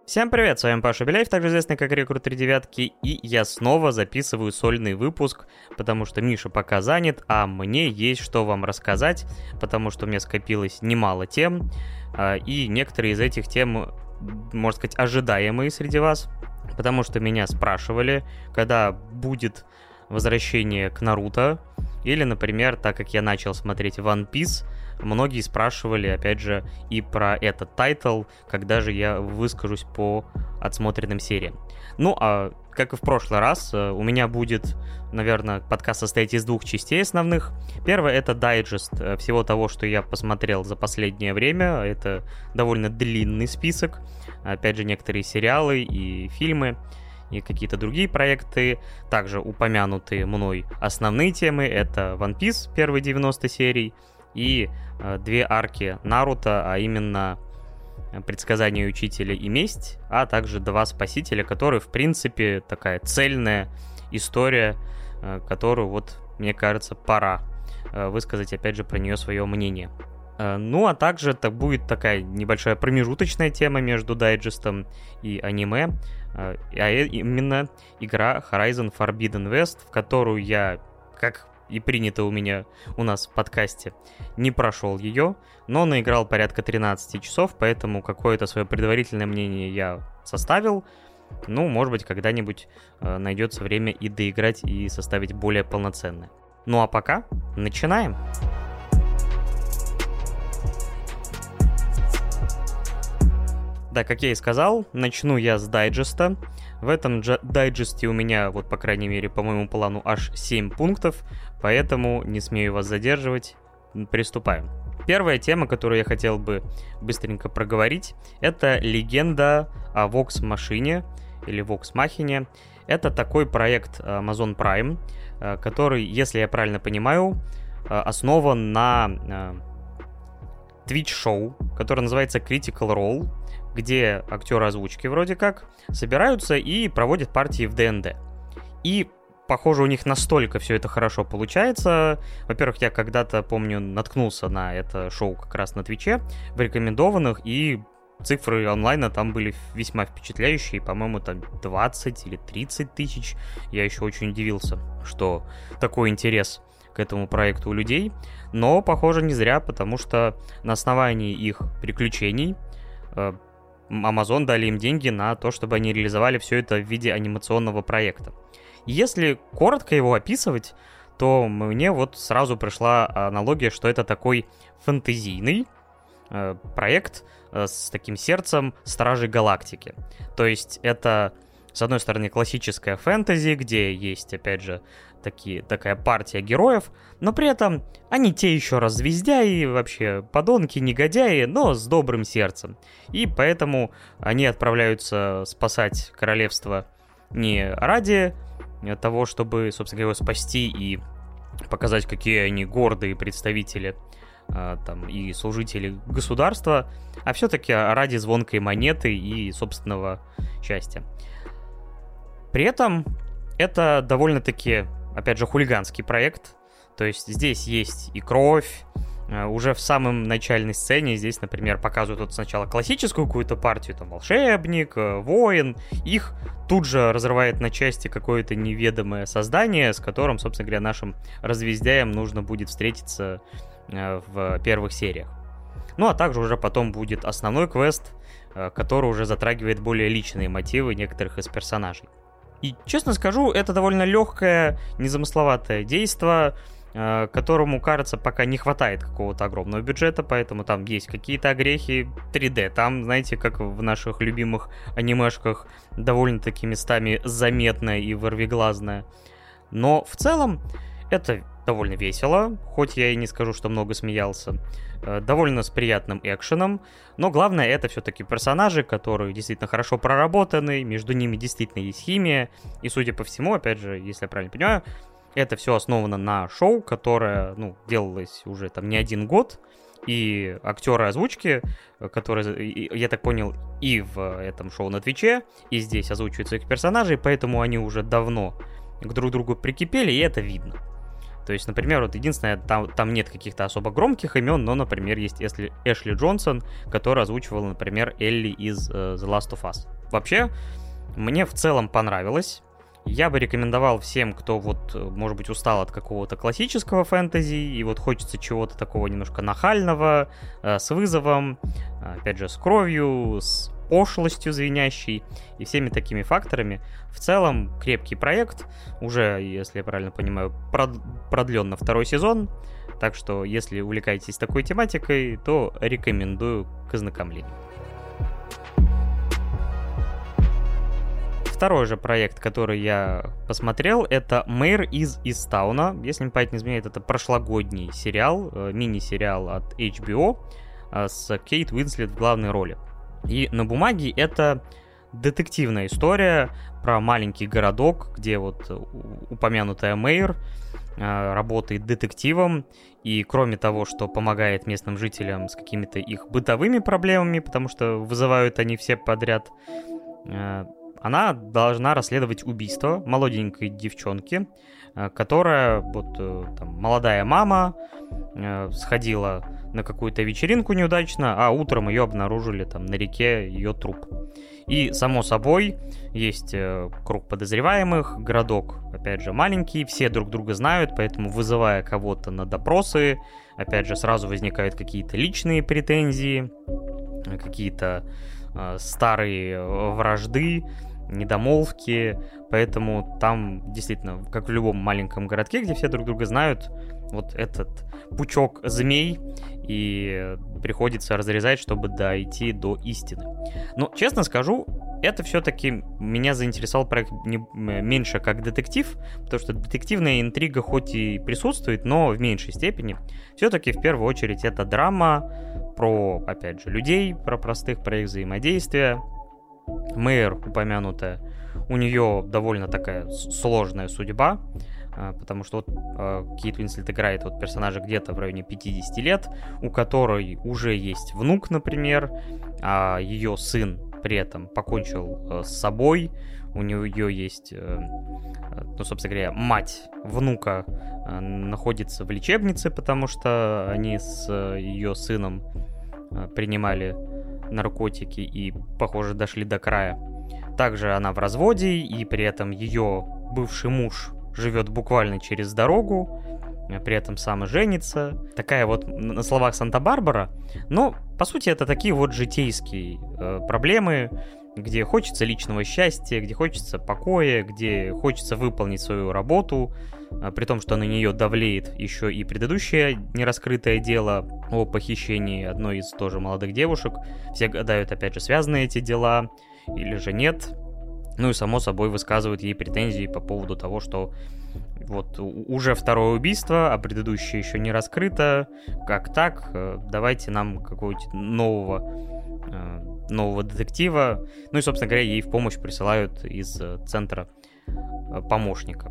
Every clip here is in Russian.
Всем привет, с вами Паша Беляев, также известный как Рекрут 3 девятки, и я снова записываю сольный выпуск, потому что Миша пока занят, а мне есть что вам рассказать, потому что у меня скопилось немало тем, и некоторые из этих тем, можно сказать, ожидаемые среди вас, потому что меня спрашивали, когда будет возвращение к Наруто, или, например, так как я начал смотреть One Piece, многие спрашивали, опять же, и про этот тайтл, когда же я выскажусь по отсмотренным сериям. Ну, а как и в прошлый раз, у меня будет, наверное, подкаст состоять из двух частей основных. Первое — это дайджест всего того, что я посмотрел за последнее время. Это довольно длинный список. Опять же, некоторые сериалы и фильмы, и какие-то другие проекты. Также упомянутые мной основные темы — это One Piece, первые 90 серий, и две арки Наруто, а именно Предсказание Учителя и Месть, а также Два Спасителя, которые, в принципе, такая цельная история, которую, вот, мне кажется, пора высказать, опять же, про нее свое мнение. Ну, а также это будет такая небольшая промежуточная тема между дайджестом и аниме, а именно игра Horizon Forbidden West, в которую я, как и принято у нас в подкасте, не прошел ее, но наиграл порядка 13 часов, поэтому какое-то свое предварительное мнение я составил. Ну, может быть, когда-нибудь найдется время и доиграть, и составить более полноценное. Ну, а пока начинаем! Да, как я и сказал, начну я с дайджеста. В этом дайджесте у меня, вот по крайней мере, по моему плану, аж 7 пунктов, поэтому не смею вас задерживать. Приступаем. Первая тема, которую я хотел бы быстренько проговорить, это легенда о Vox Machine или Vox Machina. Это такой проект Amazon Prime, который, если я правильно понимаю, основан на Twitch-шоу, которое называется Critical Role, где актеры озвучки вроде как собираются и проводят партии в ДНД. И, похоже, у них настолько все это хорошо получается. Во-первых, я когда-то, помню, наткнулся на это шоу как раз на Твиче, в рекомендованных, и цифры онлайна там были весьма впечатляющие, по-моему, там 20 или 30 тысяч. Я еще очень удивился, что такой интерес к этому проекту у людей. Но, похоже, не зря, потому что на основании их приключений Amazon дали им деньги на то, чтобы они реализовали все это в виде анимационного проекта. Если коротко его описывать, то мне вот сразу пришла аналогия, что это такой фэнтезийный проект с таким сердцем Стражей Галактики. То есть это, с одной стороны, классическая фэнтези, где есть, опять же, такая партия героев, но при этом они те еще раззвездяи, вообще подонки, негодяи, но с добрым сердцем. И поэтому они отправляются спасать королевство не ради того, чтобы, собственно говоря, его спасти и показать, какие они гордые представители там, и служители государства, а все-таки ради звонкой монеты и собственного счастья. При этом это довольно-таки, опять же, хулиганский проект. То есть здесь есть и кровь. Уже в самом начальной сцене здесь, например, показывают вот сначала классическую какую-то партию, там, волшебник, воин. Их тут же разрывает на части какое-то неведомое создание, с которым, собственно говоря, нашим развездяям нужно будет встретиться в первых сериях. Ну, а также уже потом будет основной квест, который уже затрагивает более личные мотивы некоторых из персонажей. И, честно скажу, это довольно легкое, незамысловатое действо, которому, кажется, пока не хватает какого-то огромного бюджета, поэтому там есть какие-то огрехи 3D. Там, знаете, как в наших любимых анимешках, довольно-таки местами заметное и ворвиглазное. Но в целом это довольно весело, хоть я и не скажу, что много смеялся. Довольно с приятным экшеном, но главное, это все-таки персонажи, которые действительно хорошо проработаны, между ними действительно есть химия, и, судя по всему, опять же, если я правильно понимаю, это все основано на шоу, которое, делалось уже там не один год, и актеры озвучки, которые, я так понял, и в этом шоу на Твиче, и здесь озвучивают своих персонажей, поэтому они уже давно к друг другу прикипели, и это видно. То есть, например, вот единственное, там нет каких-то особо громких имен, но, например, есть Эшли Джонсон, который озвучивал, например, Элли из The Last of Us. вообще, мне в целом понравилось. Я бы рекомендовал всем, кто вот, может быть, устал от какого-то классического фэнтези и вот хочется чего-то такого немножко нахального, с вызовом, опять же, с кровью, с пошлостью звенящей и всеми такими факторами. В целом, крепкий проект, уже, если я правильно понимаю, продлен на 2-й сезон, так что, если увлекаетесь такой тематикой, то рекомендую к ознакомлению. Второй же проект, который я посмотрел, это «Мэйр из Истауна». Если мне память не изменяет, это прошлогодний сериал, мини-сериал от HBO с Кейт Уинслет в главной роли. И на бумаге это детективная история про маленький городок, где вот упомянутая Мэйр работает детективом, и кроме того, что помогает местным жителям с какими-то их бытовыми проблемами, потому что вызывают они все подряд, она должна расследовать убийство молоденькой девчонки, которая, вот там, молодая мама, сходила на какую-то вечеринку неудачно, а утром ее обнаружили там на реке, ее труп. И, само собой, есть круг подозреваемых, городок, опять же, маленький, все друг друга знают, поэтому, вызывая кого-то на допросы, опять же, сразу возникают какие-то личные претензии, какие-то старые вражды, недомолвки, поэтому там действительно, как в любом маленьком городке, где все друг друга знают, вот этот пучок змей и приходится разрезать, чтобы дойти до истины. Но, честно скажу, это все-таки меня заинтересовал проект меньше как детектив, потому что детективная интрига хоть и присутствует, но в меньшей степени. Все-таки в первую очередь это драма про, опять же, людей, про простых, про их взаимодействие. Мэйр, упомянутая, у нее довольно такая сложная судьба, потому что вот Кейт Уинслет играет вот персонажа где-то в районе 50 лет, у которой уже есть внук, например, а ее сын при этом покончил с собой, у нее есть, ну, собственно говоря, мать внука находится в лечебнице, потому что они с ее сыном принимали наркотики и, похоже, дошли до края. Также она в разводе, и при этом ее бывший муж живет буквально через дорогу, при этом сам и женится. Такая вот на словах Санта-Барбара, но, по сути, это такие вот житейские проблемы, где хочется личного счастья, где хочется покоя, где хочется выполнить свою работу, при том, что на нее давлеет еще и предыдущее нераскрытое дело о похищении одной из тоже молодых девушек. Все гадают, опять же, связаны эти дела или же нет. Ну и, само собой, высказывают ей претензии по поводу того, что вот уже второе убийство, а предыдущее еще не раскрыто. Как так? Давайте нам какого-нибудь нового детектива. Ну и, собственно говоря, ей в помощь присылают из центра помощника.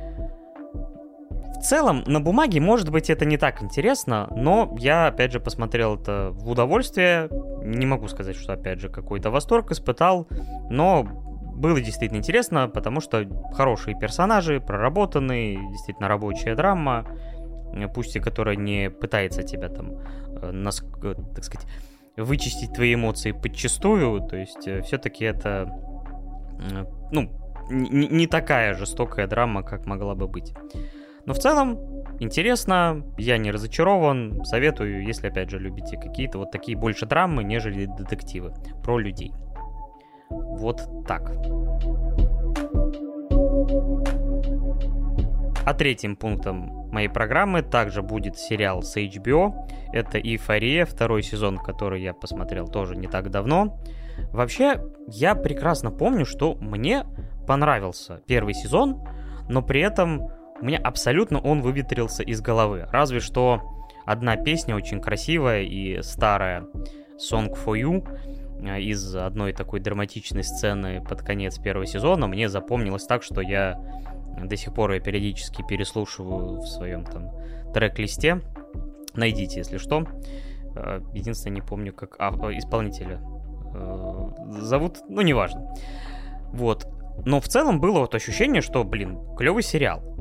В целом, на бумаге, может быть, это не так интересно, но я, опять же, посмотрел это в удовольствие. Не могу сказать, что, опять же, какой-то восторг испытал, но было действительно интересно, потому что хорошие персонажи, проработанные, действительно рабочая драма, пусть и которая не пытается тебя там, так сказать, вычистить твои эмоции подчистую, то есть все-таки это, ну, не такая жестокая драма, как могла бы быть. Но в целом интересно, я не разочарован, советую, если, опять же, любите какие-то вот такие больше драмы, нежели детективы про людей. Вот так. А третьим пунктом моей программы также будет сериал с HBO. Это «Эйфория», 2-й сезон, который я посмотрел тоже не так давно. Вообще, я прекрасно помню, что мне понравился 1-й сезон, но при этом у меня абсолютно он выветрился из головы. Разве что одна песня очень красивая и старая, «Song for You», из одной такой драматичной сцены под конец 1-го сезона мне запомнилось так, что я до сих пор ее периодически переслушиваю в своем там трек-листе. Найдите, если что. Единственное, не помню, как исполнителя зовут, ну, неважно. Вот. Но в целом было вот ощущение, что, клевый сериал.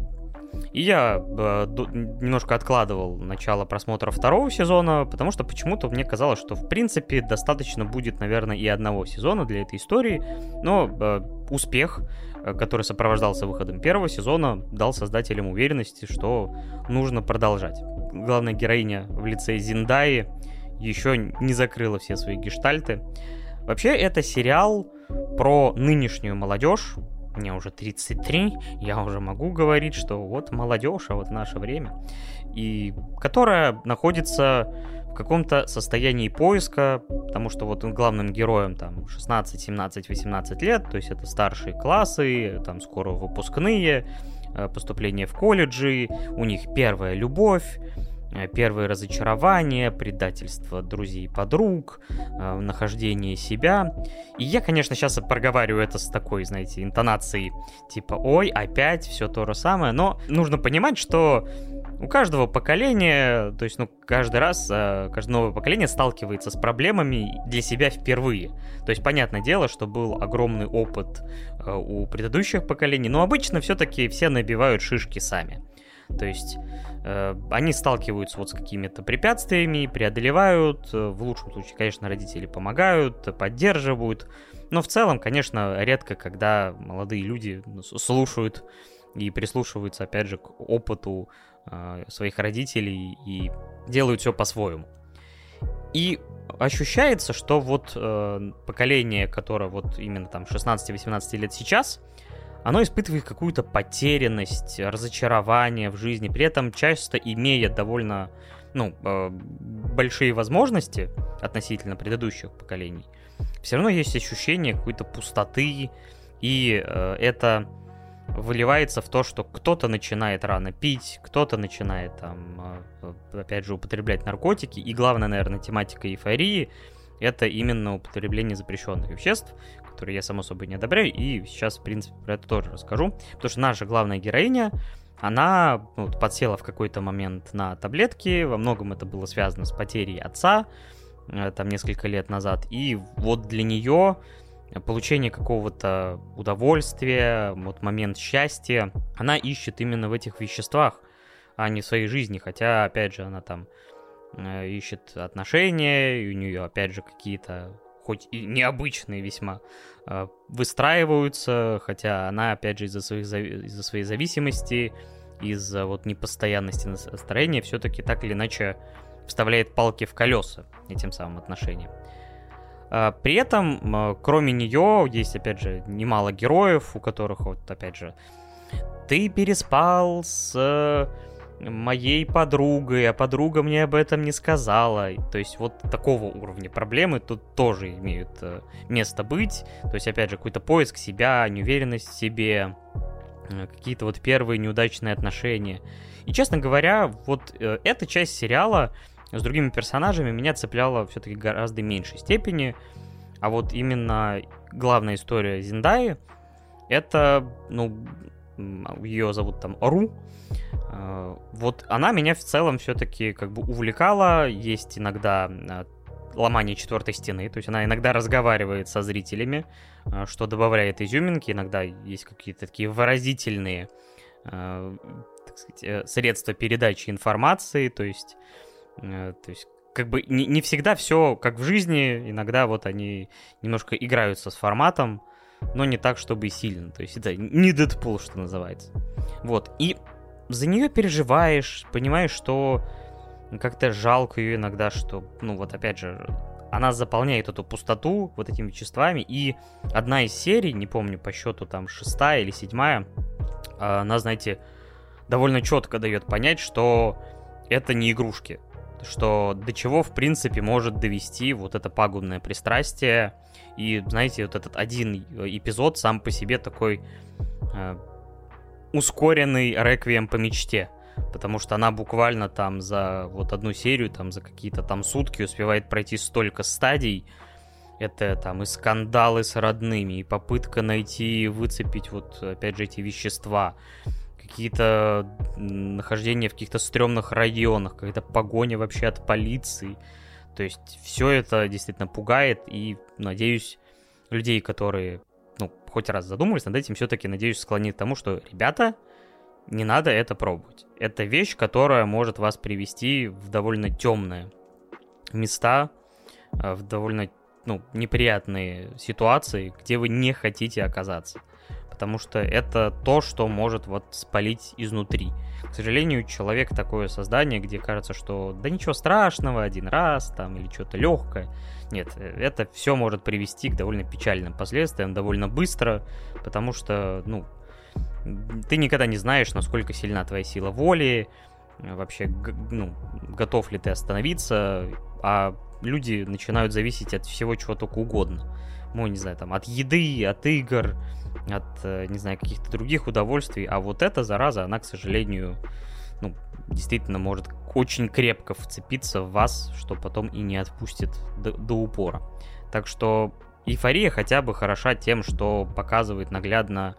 И я немножко откладывал начало просмотра второго сезона, потому что почему-то мне казалось, что в принципе достаточно будет, наверное, и одного сезона для этой истории, но успех, который сопровождался выходом первого сезона, дал создателям уверенности, что нужно продолжать. Главная героиня в лице Зендаи еще не закрыла все свои гештальты. Вообще, это сериал про нынешнюю молодежь. Мне уже 33, я уже могу говорить, что вот молодежь, а вот наше время. И которая находится в каком-то состоянии поиска, потому что вот главным героям там 16, 17, 18 лет, то есть это старшие классы, там скоро выпускные, поступление в колледжи, у них первая любовь, первые разочарования, предательство друзей и подруг, нахождение себя. И я, конечно, сейчас проговариваю это с такой, знаете, интонацией, типа, ой, опять все то же самое, но нужно понимать, что у каждого поколения, то есть, каждый раз, каждое новое поколение сталкивается с проблемами для себя впервые. То есть, понятное дело, что был огромный опыт у предыдущих поколений, но обычно все-таки все набивают шишки сами. То есть они сталкиваются вот с какими-то препятствиями, преодолевают. В лучшем случае, конечно, родители помогают, поддерживают. Но в целом, конечно, редко, когда молодые люди слушают и прислушиваются, опять же, к опыту своих родителей и делают все по-своему. И ощущается, что вот поколение, которое вот именно там 16-18 лет сейчас, оно испытывает какую-то потерянность, разочарование в жизни, при этом часто имея довольно, большие возможности относительно предыдущих поколений, все равно есть ощущение какой-то пустоты, и это выливается в то, что кто-то начинает рано пить, кто-то начинает там, опять же, употреблять наркотики, и главная, наверное, тематика эйфории — это именно употребление запрещенных веществ, которые я, само собой, не одобряю, и сейчас, в принципе, про это тоже расскажу, потому что наша главная героиня, она подсела в какой-то момент на таблетки, во многом это было связано с потерей отца, там, несколько лет назад, и вот для нее получение какого-то удовольствия, вот момент счастья, она ищет именно в этих веществах, а не в своей жизни, хотя, опять же, она там ищет отношения, и у нее, опять же, какие-то хоть и необычные весьма, выстраиваются, хотя она, опять же, из-за своей зависимости, из-за вот непостоянности настроения, все-таки так или иначе вставляет палки в колеса этим самым отношениям. При этом, кроме нее, есть, опять же, немало героев, у которых, вот, опять же, ты переспал с моей подругой, а подруга мне об этом не сказала. То есть вот такого уровня проблемы тут тоже имеют место быть. То есть, опять же, какой-то поиск себя, неуверенность в себе, какие-то вот первые неудачные отношения. И, честно говоря, вот эта часть сериала с другими персонажами меня цепляла все-таки в гораздо меньшей степени. А вот именно главная история Зендаи, это, ее зовут там Ру, вот она меня в целом все-таки как бы увлекала. Есть иногда ломание четвертой стены, то есть она иногда разговаривает со зрителями, что добавляет изюминки. Иногда есть какие-то такие выразительные, так сказать, средства передачи информации, то есть как бы не всегда все как в жизни, иногда вот они немножко играются с форматом, но не так, чтобы и сильно, то есть это не Дэдпул, что называется. Вот, и за нее переживаешь, понимаешь, что как-то жалко ее иногда, что, вот опять же, она заполняет эту пустоту вот этими веществами, и одна из серий, не помню по счету, там 6-я или 7-я, она, знаете, довольно четко дает понять, что это не игрушки, что до чего, в принципе, может довести вот это пагубное пристрастие, и, знаете, вот этот один эпизод сам по себе такой ускоренный реквием по мечте, потому что она буквально там за вот одну серию, там за какие-то там сутки успевает пройти столько стадий. Это там и скандалы с родными, и попытка найти и выцепить вот опять же эти вещества, какие-то нахождения в каких-то стрёмных районах, какая-то погоня вообще от полиции. То есть все это действительно пугает, и, надеюсь, людей, которые хоть раз задумались над этим, все-таки, надеюсь, склонит к тому, что, ребята, не надо это пробовать. Это вещь, которая может вас привести в довольно темные места, в довольно неприятные ситуации, где вы не хотите оказаться. Потому что это то, что может спалить изнутри. К сожалению, человек такое создание, где кажется, что да ничего страшного, один раз там или что-то легкое. Нет, это все может привести к довольно печальным последствиям довольно быстро, потому что, ты никогда не знаешь, насколько сильна твоя сила воли, вообще, готов ли ты остановиться, а люди начинают зависеть от всего, чего только угодно. Не знаю, там, от еды, от игр, от, не знаю, каких-то других удовольствий, а вот эта зараза, она, к сожалению, действительно может очень крепко вцепиться в вас, что потом и не отпустит до упора. Так что эйфория хотя бы хороша тем, что показывает наглядно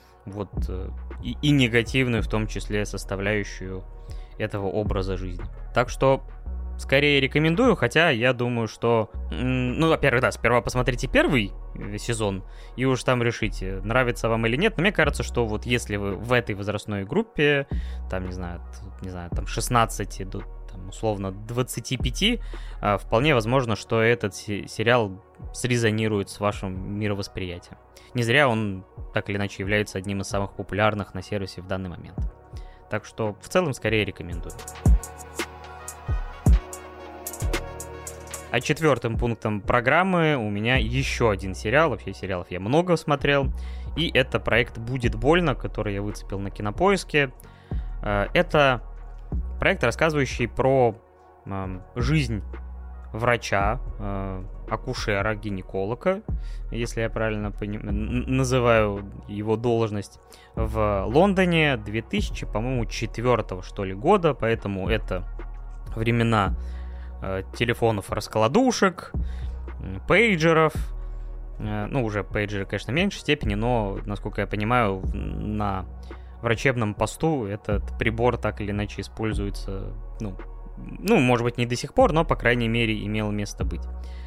и негативную, в том числе, составляющую этого образа жизни. Так что скорее рекомендую, хотя я думаю, что... во-первых, да, сперва посмотрите первый сезон, и уж там решите, нравится вам или нет. Но мне кажется, что если вы в этой возрастной группе, там, не знаю, там 16 до, там, условно, 25, вполне возможно, что этот сериал срезонирует с вашим мировосприятием. Не зря он, так или иначе, является одним из самых популярных на сервисе в данный момент. Так что, в целом, скорее рекомендую. А 4-м пунктом программы у меня еще один сериал. Вообще сериалов я много смотрел. И это проект «Будет больно», который я выцепил на Кинопоиске. Это проект, рассказывающий про жизнь врача, акушера, гинеколога, если я правильно называю его должность, в Лондоне 2000, по-моему, 4-го, что ли, года. Поэтому это времена телефонов-раскладушек, пейджеров. Уже пейджеры, конечно, в меньшей степени, но, насколько я понимаю, на врачебном посту этот прибор так или иначе используется, может быть, не до сих пор, но, по крайней мере, имел место быть.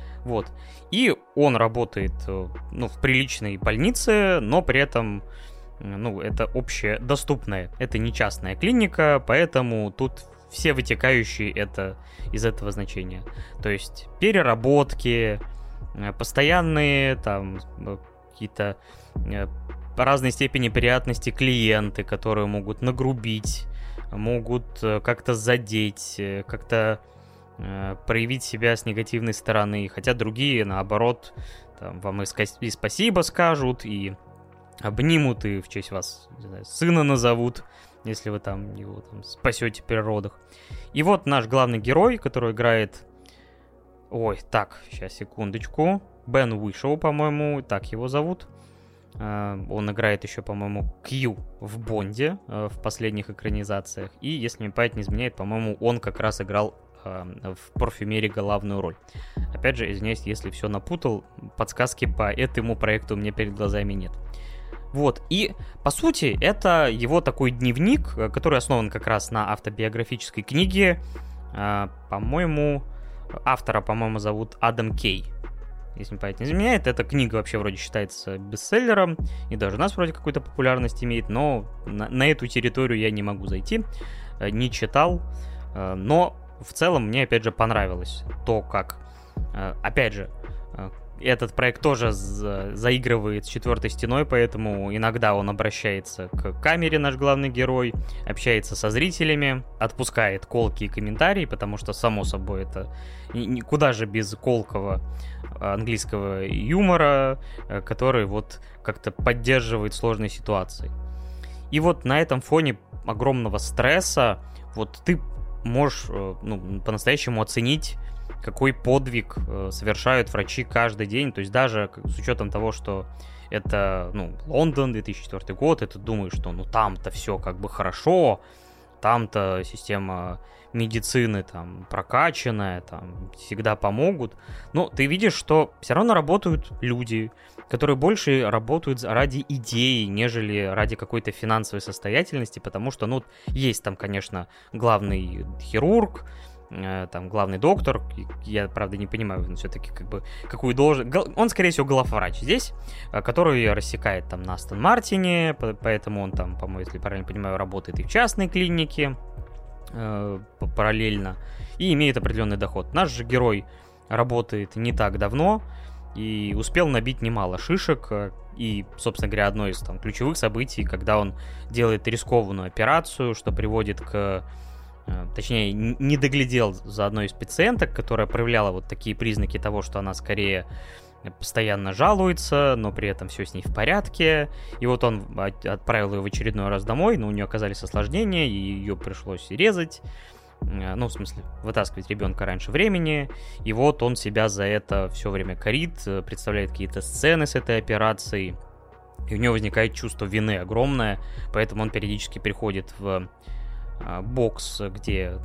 И он работает, в приличной больнице, но при этом, это общедоступная, это не частная клиника, поэтому тут все вытекающие из этого значения. То есть переработки, постоянные там какие-то разной степени приятности клиенты, которые могут нагрубить, могут как-то задеть, как-то проявить себя с негативной стороны, хотя другие, наоборот, там, вам и спасибо скажут, и обнимут, и в честь вас, не знаю, сына назовут, если вы там его спасете при родах. И наш главный герой, который играет... сейчас, секундочку. Бен Уишоу, по-моему, так его зовут. Он играет еще, по-моему, Кью в Бонде в последних экранизациях. И, если мне память не изменяет, по-моему, он как раз играл в «Парфюмерии» главную роль. Опять же, извиняюсь, если все напутал, подсказки по этому проекту у меня перед глазами нет. И, по сути, это его такой дневник, который основан как раз на автобиографической книге. По-моему, автора, зовут Адам Кей. Если мне память не изменяет, эта книга вообще вроде считается бестселлером, и даже у нас вроде какую-то популярность имеет, но на эту территорию я не могу зайти, не читал, но в целом мне, опять же, понравилось то, как, опять же, этот проект тоже заигрывает с четвертой стеной, поэтому иногда он обращается к камере, наш главный герой, общается со зрителями, отпускает колкие комментарии, потому что, само собой, это куда же без колкого английского юмора, который как-то поддерживает сложные ситуации. И на этом фоне огромного стресса ты можешь по-настоящему оценить, какой подвиг совершают врачи каждый день. То есть даже с учетом того, что это Лондон, 2004 год, и ты думаешь, что там-то все как бы хорошо, там-то система медицины там прокачанная, там всегда помогут. Но ты видишь, что все равно работают люди, которые больше работают ради идеи, нежели ради какой-то финансовой состоятельности, потому что, есть там, конечно, главный хирург, там главный доктор, я, правда, не понимаю, но все-таки как бы какую должность... Он, скорее всего, главврач здесь, который рассекает там на Астон Мартине, поэтому он там, по-моему, если правильно понимаю, работает и в частной клинике параллельно, и имеет определенный доход. Наш же герой работает не так давно и успел набить немало шишек, и, собственно говоря, одно из там ключевых событий, когда он делает рискованную операцию, что приводит к... Точнее, не доглядел за одной из пациенток, которая проявляла вот такие признаки того, что она скорее постоянно жалуется, но при этом все с ней в порядке. И вот он отправил ее в очередной раз домой, но у нее оказались осложнения, и ее пришлось резать. Ну, в смысле, вытаскивать ребенка раньше времени. И вот он себя за это все время корит, представляет какие-то сцены с этой операцией. И у него возникает чувство вины огромное, поэтому он периодически приходит в бокс, где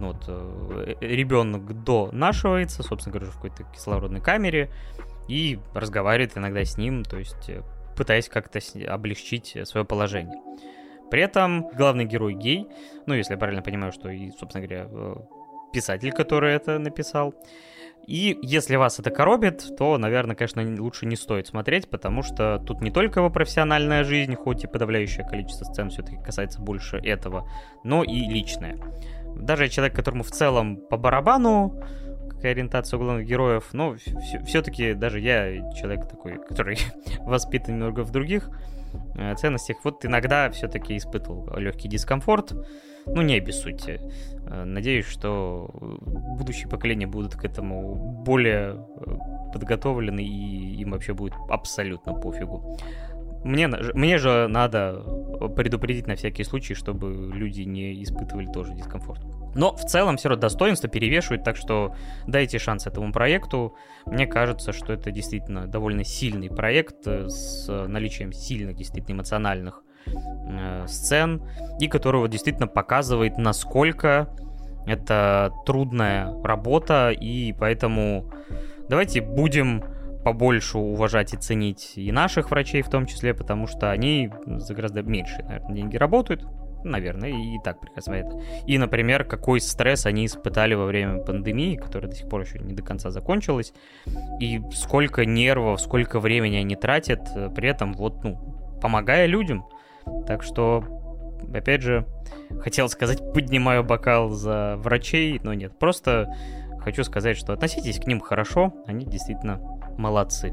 ребенок донашивается, собственно говоря, в какой-то кислородной камере, и разговаривает иногда с ним, то есть пытаясь как-то облегчить свое положение. При этом главный герой гей, ну, если я правильно понимаю, что и, собственно говоря, писатель, который это написал. И если вас это коробит, то, наверное, конечно, лучше не стоит смотреть, потому что тут не только его профессиональная жизнь, хоть и подавляющее количество сцен все-таки касается больше этого, но и личное. Даже человек, которому в целом по барабану какая ориентация у главных героев, но все-таки даже я человек такой, который воспитан немного в других ценностях, вот иногда все-таки испытывал легкий дискомфорт. Ну, не обессудьте. Надеюсь, что будущие поколения будут к этому более подготовлены, и им вообще будет абсолютно пофигу. Мне же надо предупредить на всякий случай, чтобы люди не испытывали тоже дискомфорт. Но в целом все равно достоинства перевешивают, так что дайте шанс этому проекту. Мне кажется, что это действительно довольно сильный проект с наличием сильных, действительно эмоциональных сцен, и которого действительно показывает, насколько это трудная работа, и поэтому давайте будем побольше уважать и ценить и наших врачей в том числе, потому что они за гораздо меньшие, наверное, деньги работают, наверное, и так прекрасно это. И, например, какой стресс они испытали во время пандемии, которая до сих пор еще не до конца закончилась, и сколько нервов, сколько времени они тратят, при этом вот, помогая людям. Так что, опять же, хотел сказать, поднимаю бокал за врачей, но нет, просто хочу сказать, что относитесь к ним хорошо, они действительно молодцы.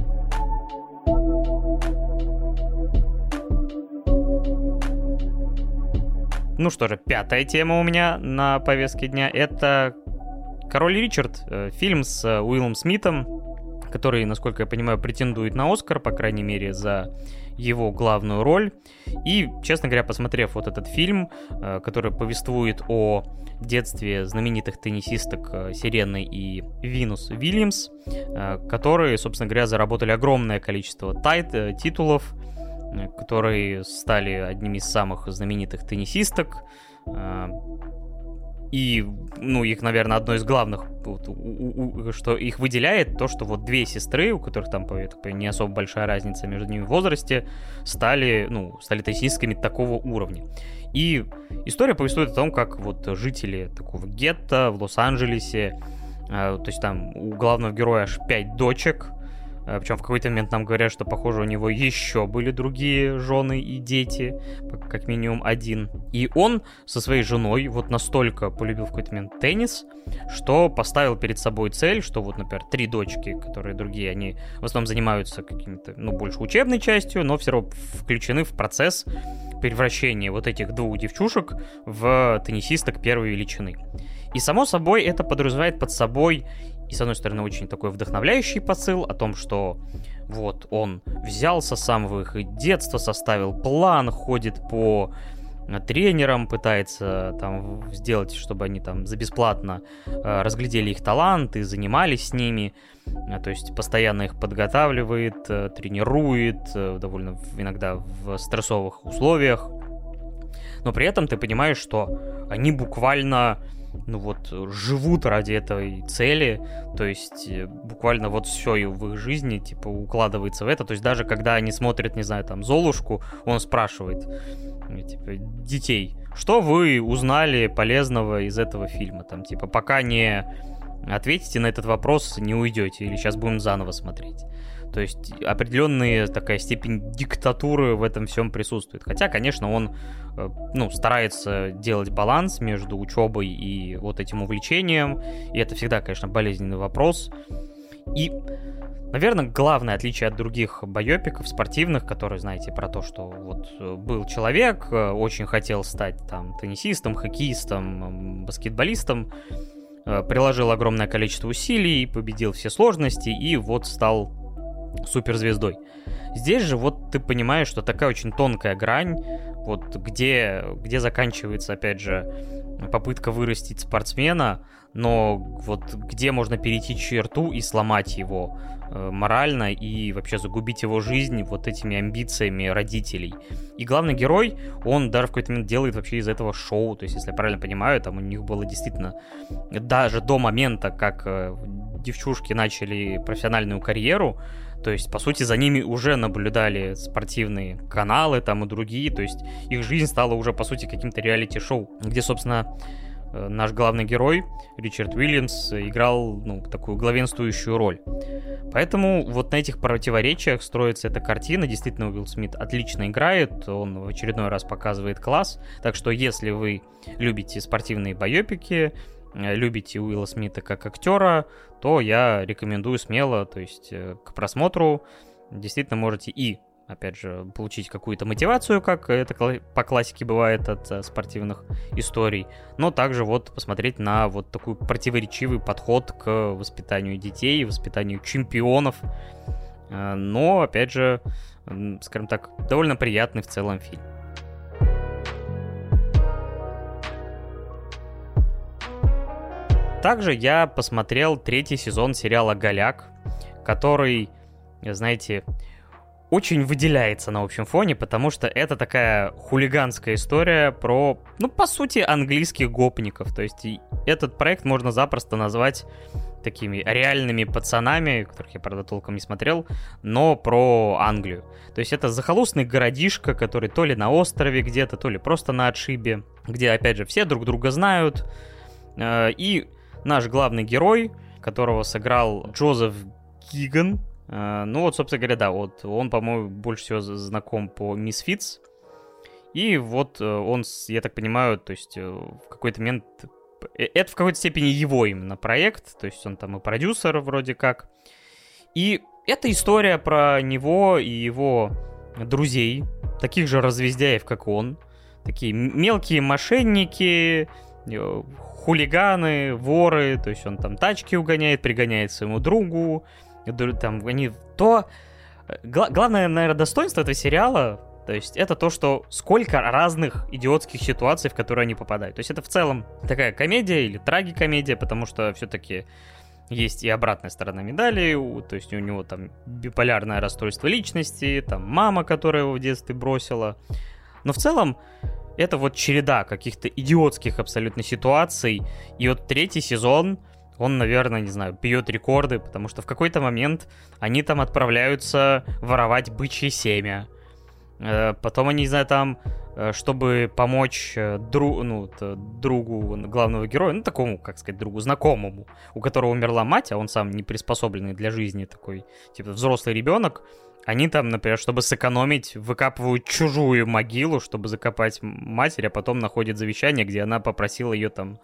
Ну что же, пятая тема у меня на повестке дня — это «Король Ричард», фильм с Уиллом Смитом, который, насколько я понимаю, претендует на Оскар, по крайней мере, за его главную роль. И, честно говоря, посмотрев вот этот фильм, который повествует о детстве знаменитых теннисисток Серены и Винус Уильямс, которые, собственно говоря, заработали огромное количество титулов, которые стали одними из самых знаменитых теннисисток. И, их, наверное, одно из главных, что их выделяет, то, что вот две сестры, у которых там, я так понимаю, не особо большая разница между ними в возрасте, стали теннисистками такого уровня. И история повествует о том, как вот жители такого гетто в Лос-Анджелесе, то есть там у главного героя аж 5 дочек, причем в какой-то момент нам говорят, что, похоже, у него еще были другие жены и дети, как минимум один. И он со своей женой вот настолько полюбил в какой-то момент теннис, что поставил перед собой цель, что вот, например, 3 дочки, которые другие, они в основном занимаются какими-то, больше учебной частью, но все равно включены в процесс превращения вот этих 2 девчушек в теннисисток первой величины. И, само собой, это подразумевает под собой, и, с одной стороны, очень такой вдохновляющий посыл о том, что вот он взялся с самого их детства, составил план, ходит по тренерам, пытается там сделать, чтобы они там за бесплатно разглядели их таланты, занимались с ними, то есть постоянно их подготавливает, тренирует, довольно иногда в стрессовых условиях, но при этом ты понимаешь, что они буквально ну вот, живут ради этой цели, то есть буквально вот все в их жизни, типа, укладывается в это, то есть даже когда они смотрят, не знаю, там, Золушку, он спрашивает, типа, детей, что вы узнали полезного из этого фильма, там, типа, пока не ответите на этот вопрос, не уйдете, или сейчас будем заново смотреть. То есть определенная такая степень диктатуры в этом всем присутствует. Хотя, конечно, он старается делать баланс между учебой и вот этим увлечением. И это всегда, конечно, болезненный вопрос. И, наверное, главное отличие от других байопиков спортивных, которые, знаете, про то, что вот был человек, очень хотел стать там теннисистом, хоккеистом, баскетболистом, приложил огромное количество усилий, победил все сложности и вот стал суперзвездой. Здесь же вот ты понимаешь, что такая очень тонкая грань, вот где заканчивается, опять же, попытка вырастить спортсмена, но вот где можно перейти черту и сломать его морально и вообще загубить его жизнь вот этими амбициями родителей. И главный герой, он даже в какой-то момент делает вообще из этого шоу, то есть, если я правильно понимаю, там у них было действительно, даже до момента, как девчушки начали профессиональную карьеру, то есть, по сути, за ними уже наблюдали спортивные каналы там и другие, то есть их жизнь стала уже, по сути, каким-то реалити-шоу, где, собственно, наш главный герой, Ричард Уильямс, играл, такую главенствующую роль. Поэтому вот на этих противоречиях строится эта картина. Действительно, Уилл Смит отлично играет, он в очередной раз показывает класс. Так что, если вы любите спортивные байопики, любите Уилла Смита как актера, то я рекомендую смело, то есть к просмотру. Действительно можете и, опять же, получить какую-то мотивацию, как это по классике бывает от спортивных историй, но также вот посмотреть на вот такой противоречивый подход к воспитанию детей, воспитанию чемпионов, но, опять же, скажем так, довольно приятный в целом фильм. Также я посмотрел 3-й сезон сериала «Голяк», который, знаете, очень выделяется на общем фоне, потому что это такая хулиганская история про, по сути, английских гопников. То есть этот проект можно запросто назвать такими реальными пацанами, которых я, правда, толком не смотрел, но про Англию. То есть это захолустный городишко, который то ли на острове где-то, то ли просто на отшибе, где, опять же, все друг друга знают. И наш главный герой, которого сыграл Джозеф Гиган, собственно говоря, да, вот он, по-моему, больше всего знаком по Misfits. И вот он, я так понимаю, то есть в какой-то момент... Это в какой-то степени его именно проект, то есть он там и продюсер вроде как. И это история про него и его друзей, таких же развездяев, как он. Такие мелкие мошенники, хулиганы, воры, то есть он там тачки угоняет, пригоняет своему другу. Там они главное, наверное, достоинство этого сериала, то есть это то, что сколько разных идиотских ситуаций, в которые они попадают. То есть это в целом такая комедия или трагикомедия, потому что все-таки есть и обратная сторона медали, то есть у него там биполярное расстройство личности, там мама, которая его в детстве бросила. Но в целом это вот череда каких-то идиотских абсолютно ситуаций, и вот 3-й сезон... Он, наверное, не знаю, бьет рекорды, потому что в какой-то момент они там отправляются воровать бычье семя. Потом они, не знаю, там, чтобы помочь другу главного героя, такому, как сказать, другу, знакомому, у которого умерла мать, а он сам не приспособленный для жизни такой, типа, взрослый ребенок, они там, например, чтобы сэкономить, выкапывают чужую могилу, чтобы закопать матерь, а потом находят завещание, где она попросила ее там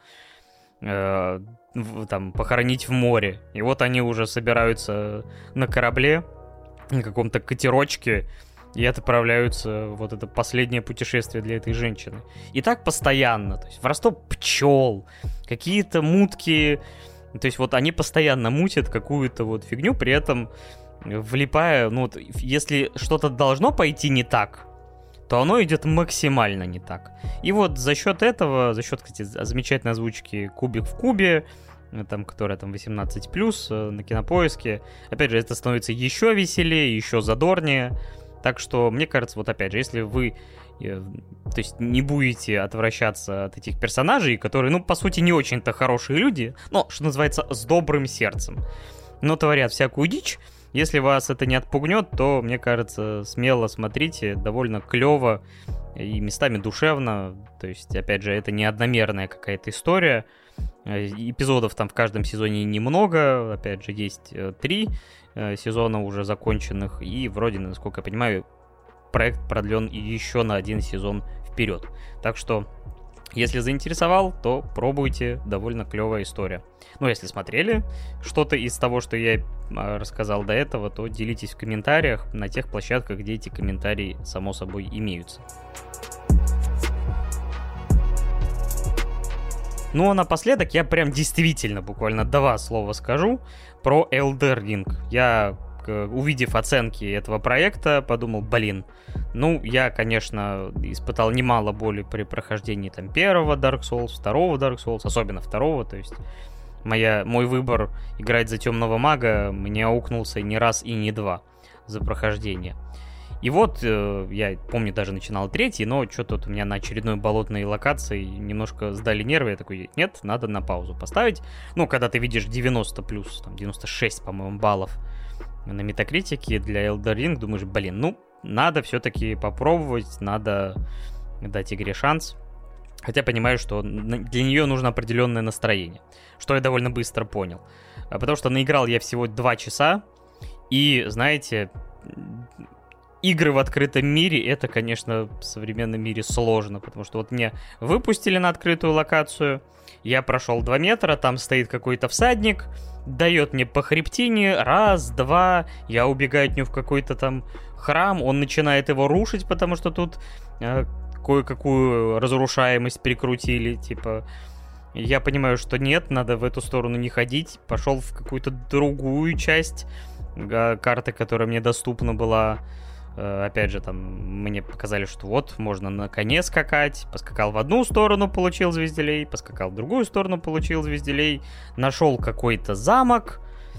похоронить в море. И вот они уже собираются на корабле, на каком-то катерочке, и отправляются вот это последнее путешествие для этой женщины. И так постоянно. То есть воровство пчел, какие-то мутки. То есть вот они постоянно мутят какую-то вот фигню, при этом влипая, если что-то должно пойти не так, то оно идет максимально не так. И вот за счет этого, за счет, кстати, замечательной озвучки «Кубик в кубе», там, которая там 18+, на Кинопоиске, опять же, это становится еще веселее, еще задорнее. Так что, мне кажется, вот опять же, если вы То есть не будете отвращаться от этих персонажей, которые, ну, по сути, не очень-то хорошие люди, но, что называется, с добрым сердцем. Но творят всякую дичь. Если вас это не отпугнет, то, мне кажется, смело смотрите, довольно клево и местами душевно. То есть, опять же, это не одномерная какая-то история. Эпизодов там в каждом сезоне немного. Опять же, есть 3 сезона уже законченных. И вроде, насколько я понимаю, проект продлен еще на 1 сезон вперед. Так что, если заинтересовал, то пробуйте, довольно клевая история. Ну, если смотрели что-то из того, что я рассказал до этого, то делитесь в комментариях на тех площадках, где эти комментарии, само собой, имеются. Ну, а напоследок я прям действительно буквально 2 слова скажу про Elden Ring. Я, увидев оценки этого проекта, подумал, ну, я, конечно, испытал немало боли при прохождении там первого Dark Souls, второго Dark Souls, особенно второго, то есть мой выбор играть за темного мага мне аукнулся не раз и не 2 за прохождение. И вот, я помню, даже начинал 3, но что-то вот у меня на очередной болотной локации немножко сдали нервы, я такой, нет, надо на паузу поставить. Ну, когда ты видишь 90 плюс, там, 96, по-моему, баллов на метакритике для Elden Ring, думаешь, ну, надо все-таки попробовать, надо дать игре шанс. Хотя понимаю, что для нее нужно определенное настроение, что я довольно быстро понял. Потому что наиграл я всего 2 часа, и, знаете, игры в открытом мире, это, конечно, в современном мире сложно, потому что вот мне выпустили на открытую локацию, я прошел 2 метра, там стоит какой-то всадник, дает мне по хребтине, 1, 2, я убегаю от него в какой-то там храм, он начинает его рушить, потому что тут кое-какую разрушаемость прикрутили, типа, я понимаю, что нет, надо в эту сторону не ходить, пошел в какую-то другую часть карты, которая мне доступна была. Опять же, там мне показали, что вот, можно на коне скакать. Поскакал в одну сторону, получил звезделей. Поскакал в другую сторону, получил звезделей. Нашел какой-то замок,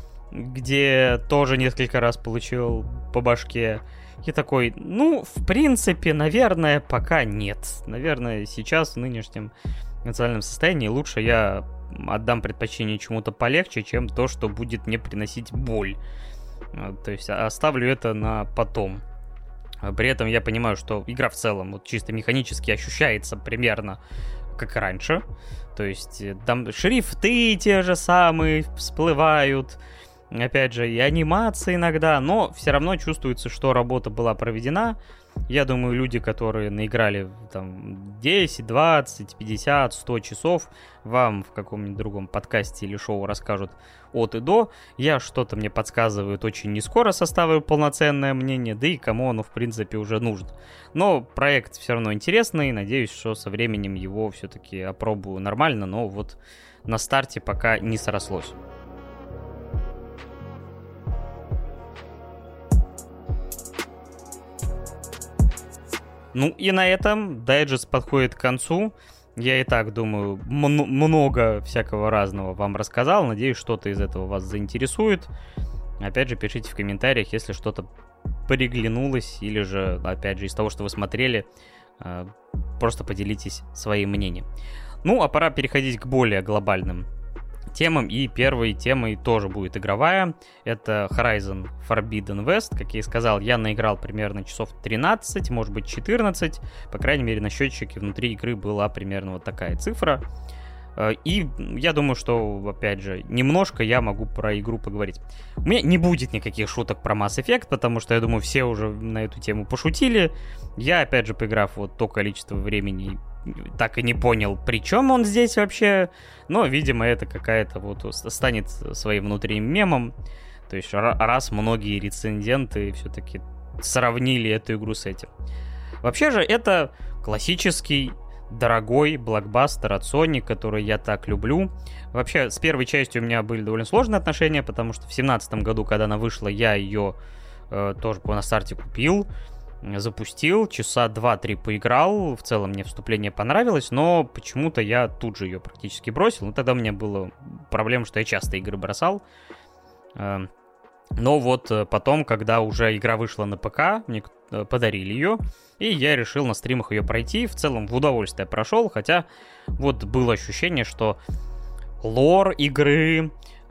где тоже несколько раз получил по башке. И такой, ну, в принципе, наверное, пока нет. Наверное, сейчас, в нынешнем эмоциональном состоянии, лучше я отдам предпочтение чему-то полегче, чем то, что будет мне приносить боль. То есть оставлю это на потом. При этом я понимаю, что игра в целом вот чисто механически ощущается примерно как и раньше. То есть там шрифты те же самые всплывают. Опять же, и анимация иногда, но все равно чувствуется, что работа была проведена. Я думаю, люди, которые наиграли там 10, 20, 50, 100 часов, вам в каком-нибудь другом подкасте или шоу расскажут от и до. Я что-то мне подсказывает, очень не скоро составлю полноценное мнение, да и кому оно в принципе уже нужно. Но проект все равно интересный, надеюсь, что со временем его все-таки опробую нормально, но вот на старте пока не срослось. Ну и на этом дайджест подходит к концу. Я и так думаю, много всякого разного вам рассказал. Надеюсь, что-то из этого вас заинтересует. Опять же, пишите в комментариях, если что-то приглянулось, или же, опять же, из того, что вы смотрели, просто поделитесь своим мнением. Ну, а пора переходить к более глобальным темам, и первой темой тоже будет игровая. Это Horizon Forbidden West. Как я и сказал, я наиграл примерно часов 13, может быть 14. По крайней мере, на счетчике внутри игры была примерно вот такая цифра. И я думаю, что, опять же, немножко я могу про игру поговорить. У меня не будет никаких шуток про Mass Effect, потому что, я думаю, все уже на эту тему пошутили. Я, опять же, поиграв вот то количество времени, так и не понял, при чем он здесь вообще. Но, видимо, это какая-то вот станет своим внутренним мемом. То есть, раз многие рецензенты все-таки сравнили эту игру с этим. Вообще же, это классический дорогой блокбастер от Sony, который я так люблю. Вообще, с первой частью у меня были довольно сложные отношения, потому что в 2017 году, когда она вышла, я ее тоже на старте купил, запустил, часа 2-3 поиграл, в целом мне вступление понравилось, но почему-то я тут же ее практически бросил. Ну, тогда у меня была проблема, что я часто игры бросал. Но вот потом, когда уже игра вышла на ПК, мне подарили ее, и я решил на стримах ее пройти. В целом в удовольствие прошел, хотя вот было ощущение, что лор игры,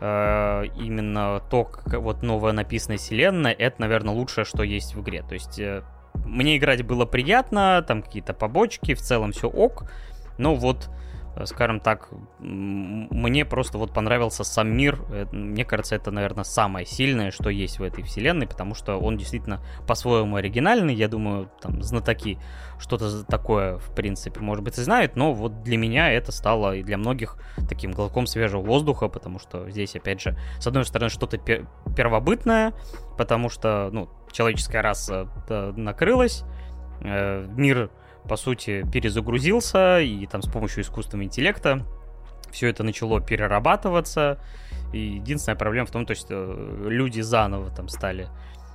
именно то, как вот новая написанная вселенная, это, наверное, лучшее, что есть в игре. То есть мне играть было приятно, там какие-то побочки, в целом все ок, но вот, скажем так, мне просто вот понравился сам мир. Мне кажется, это, наверное, самое сильное, что есть в этой вселенной, потому что он действительно по-своему оригинальный. Я думаю, там знатоки что-то такое, в принципе, может быть, и знают, но вот для меня это стало и для многих таким глотком свежего воздуха, потому что здесь, опять же, с одной стороны, что-то первобытное, потому что, ну, человеческая раса накрылась, мир, по сути, перезагрузился, и там с помощью искусственного интеллекта все это начало перерабатываться. И единственная проблема в том, что люди заново там стали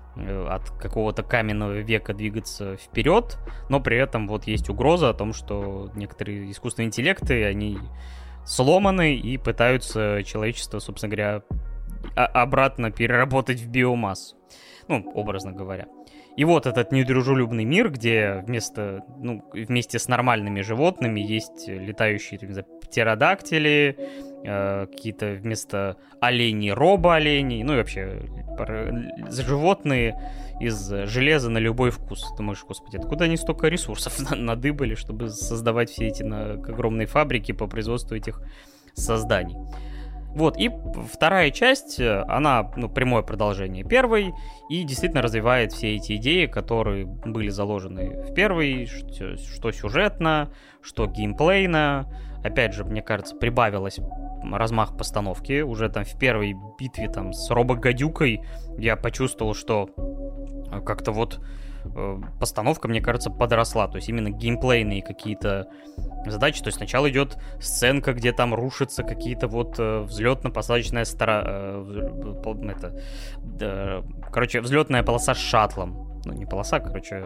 от какого-то каменного века двигаться вперед, но при этом вот есть угроза о том, что некоторые искусственные интеллекты, они сломаны и пытаются человечество, собственно говоря, обратно переработать в биомассу. Ну, образно говоря. И вот этот недружелюбный мир, где вместе с нормальными животными есть летающие, не знаю, птеродактили, какие-то вместо оленей робо-оленей, ну и вообще животные из железа на любой вкус. Думаешь, господи, откуда они столько ресурсов надыбали, чтобы создавать все эти огромные фабрики по производству этих созданий. Вот, и вторая часть, она, прямое продолжение первой, и действительно развивает все эти идеи, которые были заложены в первой, что сюжетно, что геймплейно. Опять же, мне кажется, прибавилось размах постановки. Уже там в первой битве там с робо-гадюкой я почувствовал, что как-то вот постановка, мне кажется, подросла. То есть именно геймплейные какие-то задачи. То есть сначала идет сценка, где там рушатся какие-то вот взлетно-посадочная взлетная полоса с шаттлом. Ну, не полоса,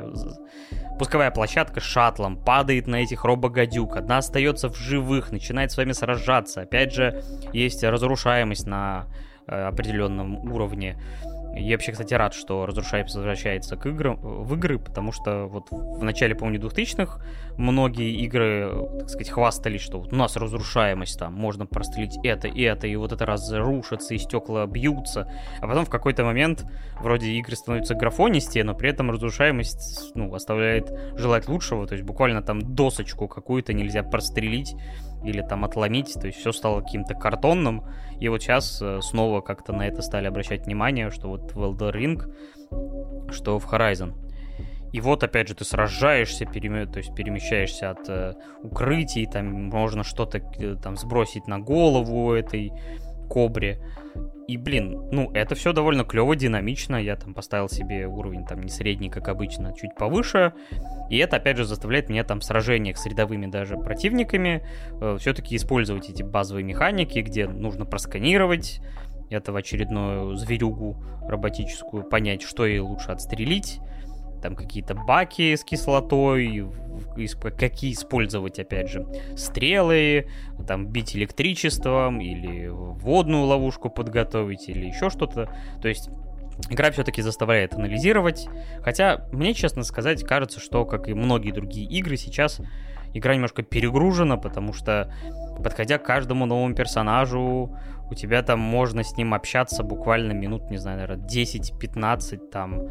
пусковая площадка с шаттлом падает на этих робо-гадюк. Одна остается в живых, начинает с вами сражаться. Опять же, есть разрушаемость на определенном уровне. Я вообще, кстати, рад, что разрушаемость возвращается в игры, потому что вот в начале, помню, 2000-х многие игры, так сказать, хвастались, что вот у нас разрушаемость, там, можно прострелить это, и вот это разрушится, и стекла бьются. А потом в какой-то момент вроде игры становятся графонистее, но при этом разрушаемость, оставляет желать лучшего, то есть буквально там досочку какую-то нельзя прострелить или там отломить, то есть все стало каким-то картонным, и вот сейчас снова как-то на это стали обращать внимание, что вот в Elden Ring, что в Horizon. И вот опять же ты сражаешься, то есть перемещаешься от укрытий, там можно что-то там сбросить на голову этой кобре. И, это все довольно клево, динамично. Я там поставил себе уровень там не средний, как обычно, а чуть повыше. И это, опять же, заставляет меня там в сражениях с рядовыми даже противниками все-таки использовать эти базовые механики, где нужно просканировать этого очередную зверюгу роботическую, понять, что ей лучше отстрелить, там какие-то баки с кислотой, какие использовать, опять же, стрелы, там бить электричеством или водную ловушку подготовить или еще что-то. То есть игра все-таки заставляет анализировать, хотя мне, честно сказать, кажется, что, как и многие другие игры, сейчас игра немножко перегружена, потому что, подходя к каждому новому персонажу, у тебя там можно с ним общаться буквально минут, не знаю, наверное, 10-15 там,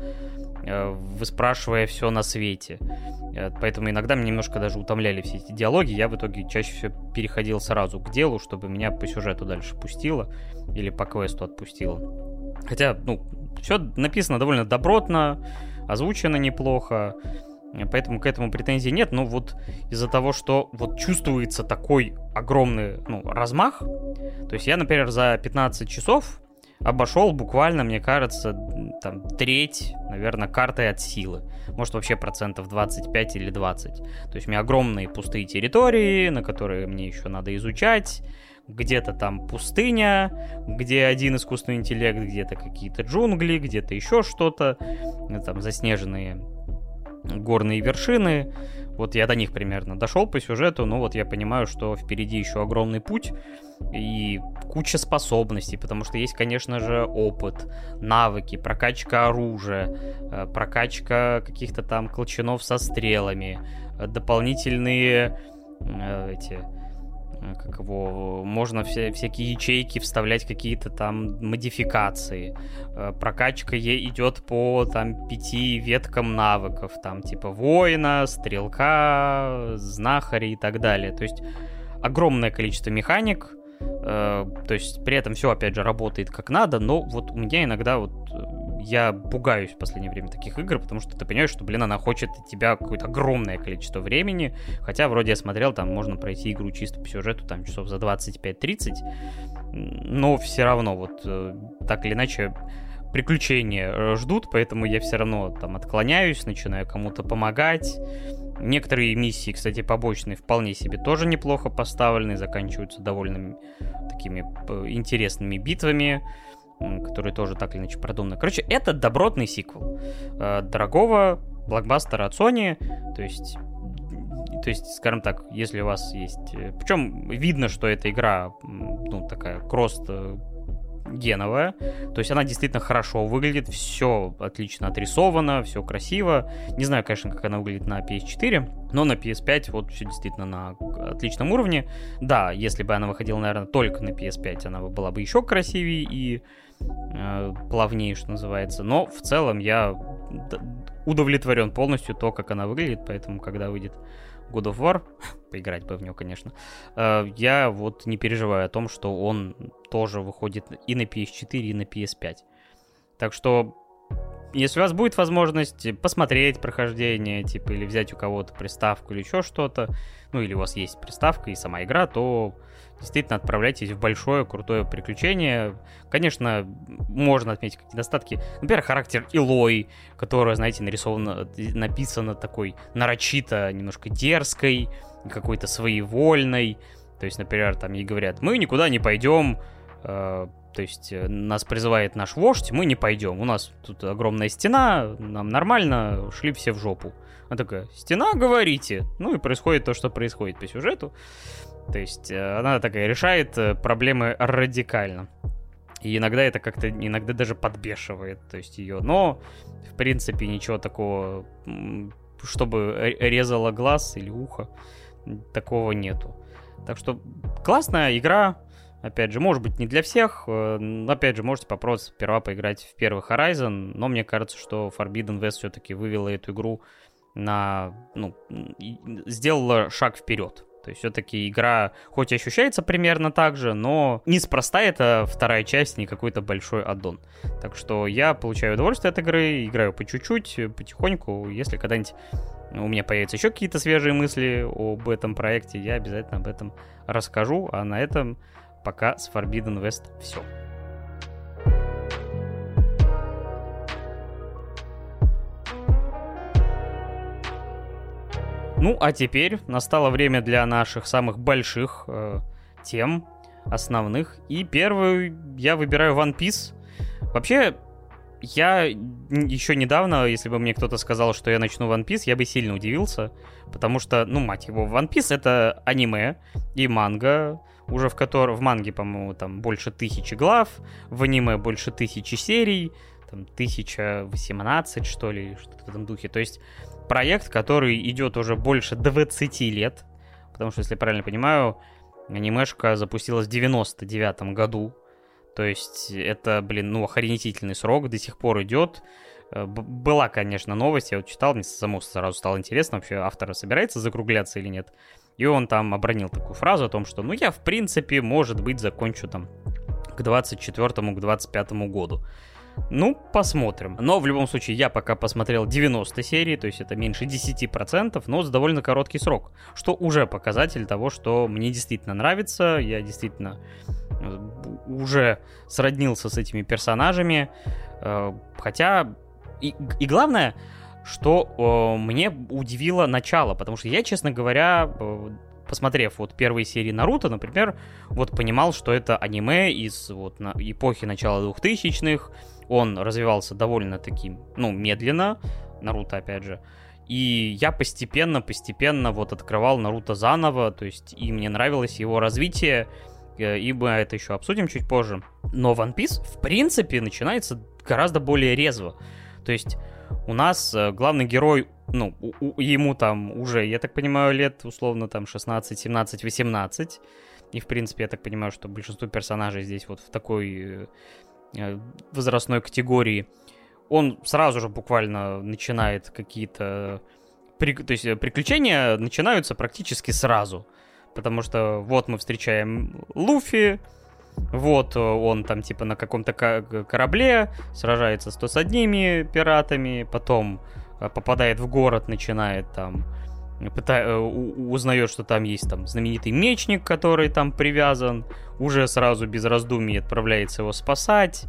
выспрашивая все на свете. Поэтому иногда меня немножко даже утомляли все эти диалоги. Я в итоге чаще всего переходил сразу к делу, чтобы меня по сюжету дальше пустило или по квесту отпустило. Хотя, все написано довольно добротно, озвучено неплохо, поэтому к этому претензий нет. Но вот из-за того, что вот чувствуется такой огромный размах, то есть я, например, за 15 часов обошел буквально, мне кажется, там треть, наверное, картой от силы. Может, вообще процентов 25 или 20. То есть у меня огромные пустые территории, на которые мне еще надо изучать. Где-то там пустыня, где один искусственный интеллект, где-то какие-то джунгли, где-то еще что-то. Там заснеженные горные вершины. Вот я до них примерно дошел по сюжету, но вот я понимаю, что впереди еще огромный путь и куча способностей, потому что есть, конечно же, опыт, навыки, прокачка оружия, прокачка каких-то там колчанов со стрелами, дополнительные можно всякие ячейки вставлять, какие-то там модификации. Прокачка идет по там 5 веткам навыков, там типа воина, стрелка, знахаря и так далее. То есть огромное количество механик, то есть при этом все опять же работает как надо, но вот у меня иногда я пугаюсь в последнее время таких игр, потому что ты понимаешь, что, она хочет от тебя какое-то огромное количество времени, хотя вроде я смотрел, там можно пройти игру чисто по сюжету, там часов за 25-30, но все равно так или иначе приключения ждут, поэтому я все равно там отклоняюсь, начинаю кому-то помогать. Некоторые миссии, кстати, побочные, вполне себе тоже неплохо поставлены, заканчиваются довольно такими интересными битвами, которые тоже так или иначе продуманы. Короче, это добротный сиквел дорогого блокбастера от Sony, то есть, скажем так, если у вас есть... Причем видно, что эта игра, такая геновая, то есть она действительно хорошо выглядит, все отлично отрисовано, все красиво. Не знаю, конечно, как она выглядит на PS4, но на PS5 все действительно на отличном уровне. Да, если бы она выходила, наверное, только на PS5, она была бы еще красивее и плавнее, что называется. Но в целом я удовлетворен полностью то, как она выглядит, поэтому, когда выйдет God of War, поиграть бы в него, конечно, я не переживаю о том, что он тоже выходит и на PS4, и на PS5. Так что, если у вас будет возможность посмотреть прохождение, или взять у кого-то приставку или еще что-то, или у вас есть приставка и сама игра, то действительно отправляйтесь в большое, крутое приключение. Конечно, можно отметить какие-то недостатки. Например, характер Илой, которая, знаете, написана такой нарочито, немножко дерзкой, какой-то своевольной. То есть, например, там ей говорят, мы никуда не пойдем, то есть нас призывает наш вождь, мы не пойдем. У нас тут огромная стена, нам нормально, шли все в жопу. Она такая, стена, говорите? И происходит то, что происходит по сюжету. То есть она такая решает проблемы радикально. И иногда это как-то, иногда даже подбешивает, то есть ее. Но, в принципе, ничего такого, чтобы резало глаз или ухо, такого нету. Так что классная игра. Опять же, может быть, не для всех. Опять же, можете попробовать сперва поиграть в первый Horizon. Но мне кажется, что Forbidden West все-таки вывела эту игру сделала шаг вперед. То есть все-таки игра, хоть и ощущается примерно так же, но неспроста это вторая часть, не какой-то большой аддон. Так что я получаю удовольствие от игры, играю по чуть-чуть, потихоньку. Если когда-нибудь у меня появятся еще какие-то свежие мысли об этом проекте, я обязательно об этом расскажу. А на этом пока с Forbidden West все. А теперь настало время для наших самых больших тем, основных. И первую я выбираю One Piece. Вообще, я еще недавно, если бы мне кто-то сказал, что я начну One Piece, я бы сильно удивился. Потому что, мать его, One Piece — это аниме и манга, уже в манге, по-моему, там больше 1000 глав, в аниме больше 1000 серий, там 1018, что ли, что-то в этом духе. То есть проект, который идет уже больше 20 лет, потому что, если я правильно понимаю, анимешка запустилась в 99-м году, то есть это, охренительный срок, до сих пор идет. Была, конечно, новость, я читал, мне самому сразу стало интересно, вообще автор собирается закругляться или нет, и он там обронил такую фразу о том, что, я, в принципе, может быть, закончу там к 24-му, к 25-му году. Посмотрим. Но в любом случае, я пока посмотрел 90 серий, то есть это меньше 10%, но с довольно короткий срок, что уже показатель того, что мне действительно нравится, я действительно уже сроднился с этими персонажами, хотя и главное, что мне удивило начало, потому что я, честно говоря, посмотрев первые серии Наруто, например, понимал, что это аниме из эпохи начала 2000-х, он развивался довольно-таки, медленно, Наруто, опять же. И я постепенно вот открывал Наруто заново, то есть и мне нравилось его развитие, и мы это еще обсудим чуть позже. Но One Piece, в принципе, начинается гораздо более резво. То есть у нас главный герой, ну, ему там уже, я так понимаю, лет условно там 16, 17, 18. И, в принципе, я так понимаю, что большинство персонажей здесь вот в такой возрастной категории. Он сразу же буквально начинает какие-то... То есть приключения начинаются практически сразу. Потому что вот мы встречаем Луфи, вот он там типа на каком-то корабле сражается с одними пиратами, потом попадает в город, начинает там... узнает, что там есть там знаменитый мечник, который там привязан, уже сразу без раздумий отправляется его спасать,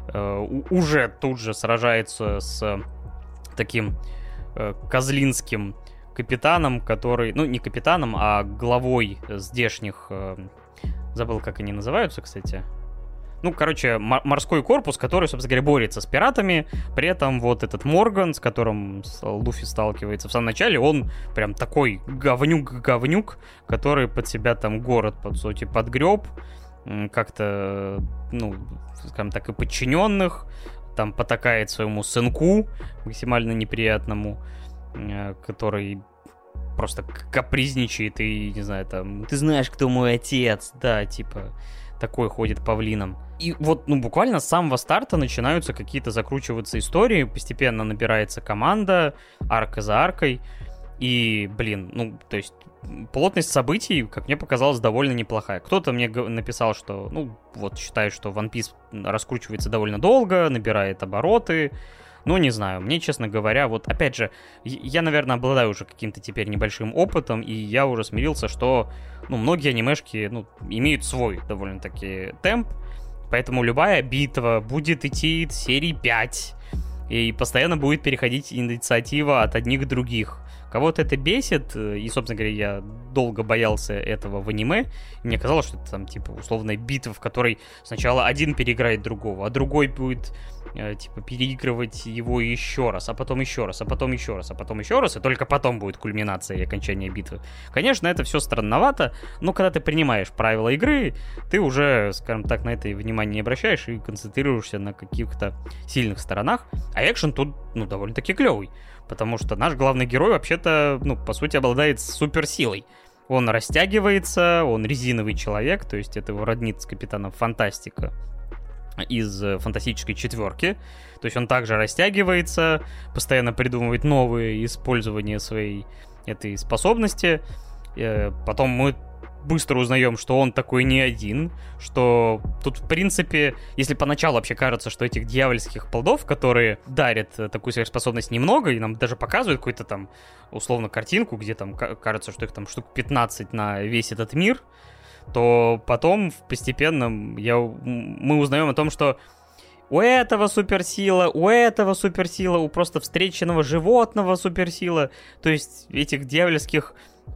уже тут же сражается с таким козлинским капитаном, который, ну не капитаном, а главой здешних, забыл, как они называются, кстати. Ну, короче, морской корпус, который, собственно говоря, борется с пиратами. При этом вот этот Морган, с которым Луфи сталкивается в самом начале, он прям такой говнюк, который под себя там город, по сути, подгреб. Как-то, ну, скажем так, и подчиненных. Там потакает своему сынку, максимально неприятному, который просто капризничает и, не знаю, там... Ты знаешь, кто мой отец? Да, типа... Такой ходит павлином. И вот, ну, буквально с самого старта начинаются какие-то закручиваться истории, постепенно набирается команда, арка за аркой, и, блин, ну, то есть плотность событий, как мне показалось, довольно неплохая. Кто-то мне написал, что, ну, вот, считает, что One Piece раскручивается довольно долго, набирает обороты. Ну, не знаю, мне, честно говоря, вот, опять же, я, наверное, обладаю уже каким-то теперь небольшим опытом, и я уже смирился, что, ну, многие анимешки, ну, имеют свой довольно-таки темп, поэтому любая битва будет идти серии 5, и постоянно будет переходить инициатива от одних к других. Кого-то это бесит, и, собственно говоря, я долго боялся этого в аниме, и мне казалось, что это там, типа, условная битва, в которой сначала один переиграет другого, а другой будет, типа, переигрывать его еще раз, а потом еще раз, а потом еще раз, а потом еще раз, и только потом будет кульминация и окончание битвы. Конечно, это все странновато, но когда ты принимаешь правила игры, ты уже, скажем так, на это внимание не обращаешь и концентрируешься на каких-то сильных сторонах, а экшен тут, ну, довольно-таки клевый. Потому что наш главный герой вообще-то, ну, по сути, обладает суперсилой. Он растягивается, он резиновый человек, то есть это его роднит с Капитаном Фантастика из Фантастической четверки. То есть он также растягивается, постоянно придумывает новые использования своей этой способности. Потом мы быстро узнаем, что он такой не один, что тут, в принципе, если поначалу вообще кажется, что этих дьявольских плодов, которые дарят такую сверхспособность, немного, и нам даже показывают какую-то там, условно, картинку, где там кажется, что их там штук 15 на весь этот мир, то потом постепенно мы узнаем о том, что у этого суперсила, у просто встреченного животного суперсила, то есть этих дьявольских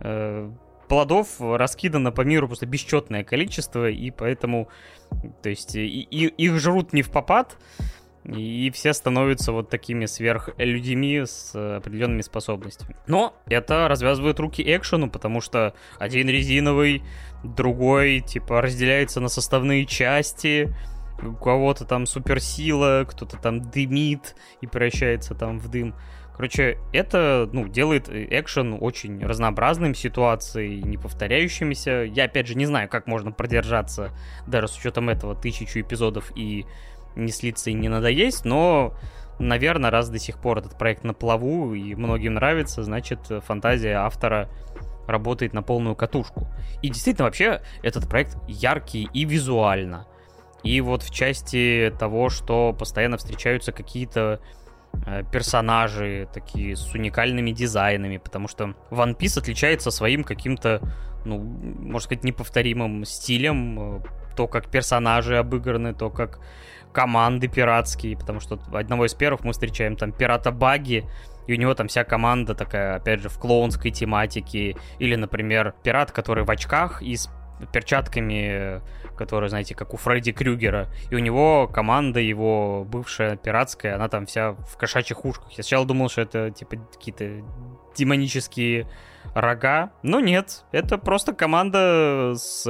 плодов раскидано по миру просто бесчетное количество, и поэтому, то есть, их жрут не впопад, и все становятся вот такими сверхлюдьми с определенными способностями. Но это развязывает руки экшену, потому что один резиновый, другой, типа, разделяется на составные части, у кого-то там суперсила, кто-то там дымит и превращается там в дым. Короче, это, ну, делает экшен очень разнообразным, ситуацией не повторяющимися. Я, опять же, не знаю, как можно продержаться даже с учетом этого 1000 эпизодов и не слиться и не надоесть, но, наверное, раз до сих пор этот проект на плаву и многим нравится, значит, фантазия автора работает на полную катушку. И действительно, вообще, этот проект яркий и визуально. И вот в части того, что постоянно встречаются какие-то персонажи такие с уникальными дизайнами, потому что One Piece отличается своим каким-то, ну, можно сказать, неповторимым стилем, то, как персонажи обыграны, то, как команды пиратские, потому что одного из первых мы встречаем там пирата Багги, и у него там вся команда такая, опять же, в клоунской тематике, или, например, пират, который в очках и с перчатками, которые, знаете, как у Фредди Крюгера. И у него команда его бывшая пиратская, она там вся в кошачьих ушках. Я сначала думал, что это типа какие-то демонические рога, но нет, это просто команда с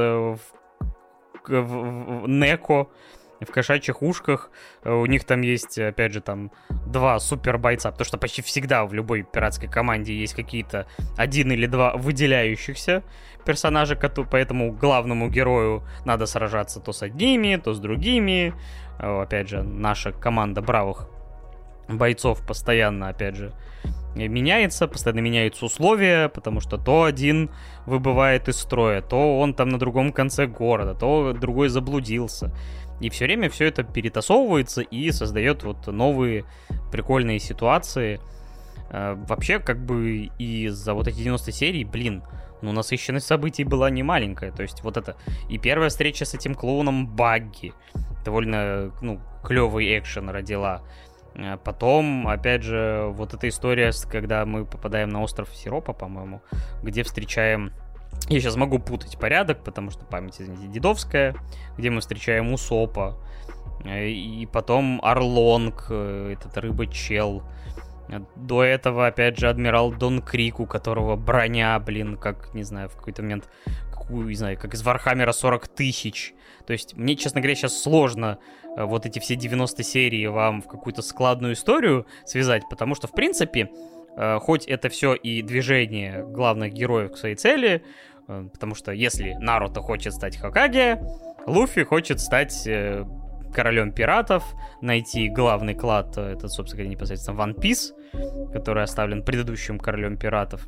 Неко в кошачьих ушках. У них там есть, опять же, там 2 супер бойца, потому что почти всегда в любой пиратской команде есть какие-то 1 или 2 выделяющихся персонажа, поэтому главному герою надо сражаться то с одними, то с другими. Опять же, наша команда бравых бойцов постоянно, опять же, меняется, постоянно меняются условия, потому что то один выбывает из строя, то он там на другом конце города, то другой заблудился. И все время все это перетасовывается и создает вот новые прикольные ситуации. Вообще, как бы и за вот эти 90 серий, блин, ну, насыщенность событий была не маленькая. То есть вот это и первая встреча с этим клоуном Багги довольно, ну, клевый экшен родила. Потом, опять же, вот эта история, когда мы попадаем на остров Сиропа, по-моему, где встречаем... Я сейчас могу путать порядок, потому что память, извините, дедовская, где мы встречаем Усопа, и потом Орлонг, этот рыба-чел. До этого, опять же, адмирал Дон Крик, у которого броня, блин, как, не знаю, в какой-то момент, не знаю, как из Вархаммера 40 тысяч. То есть мне, честно говоря, сейчас сложно вот эти все 90 серий вам в какую-то складную историю связать, потому что, в принципе, хоть это все и движение главных героев к своей цели, потому что если Наруто хочет стать Хокаге, Луфи хочет стать королем пиратов, найти главный клад, это, собственно говоря, непосредственно One Piece, который оставлен предыдущим королем пиратов.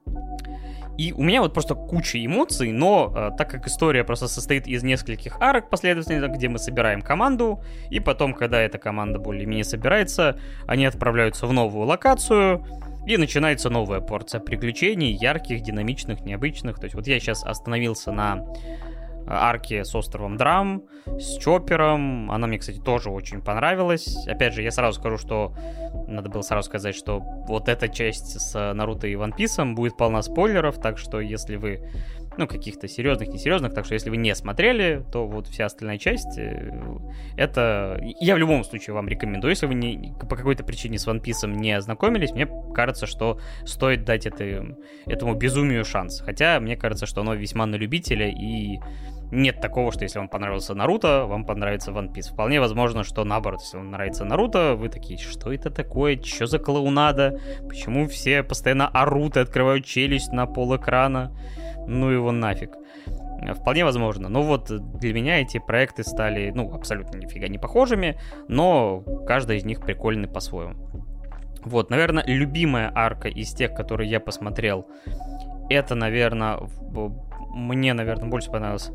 И у меня вот просто куча эмоций, но так как история просто состоит из нескольких арок последовательно, где мы собираем команду, и потом, когда эта команда более-менее собирается, они отправляются в новую локацию, и начинается новая порция приключений, ярких, динамичных, необычных. То есть вот я сейчас остановился на арке с островом Драм, с Чоппером. Она мне, кстати, тоже очень понравилась. Опять же, я сразу скажу, что надо было сразу сказать, что вот эта часть с Наруто и Ван Писом будет полна спойлеров, так что если вы, ну, каких-то серьезных, несерьезных, так что если вы не смотрели, то вот вся остальная часть, это я в любом случае вам рекомендую. Если вы по какой-то причине с Ван Писом не ознакомились, мне кажется, что стоит дать этому безумию шанс. Хотя мне кажется, что оно весьма на любителя, и нет такого, что если вам понравился Наруто, вам понравится One Piece. Вполне возможно, что наоборот, если вам нравится Наруто, вы такие, что это такое, что за клоунада, почему все постоянно орут и открывают челюсть на полэкрана, ну его нафиг. Вполне возможно. Но вот для меня эти проекты стали, ну, абсолютно нифига не похожими, но каждый из них прикольный по-своему. Вот, наверное, любимая арка из тех, которые я посмотрел, это, наверное, мне, наверное, больше понравилось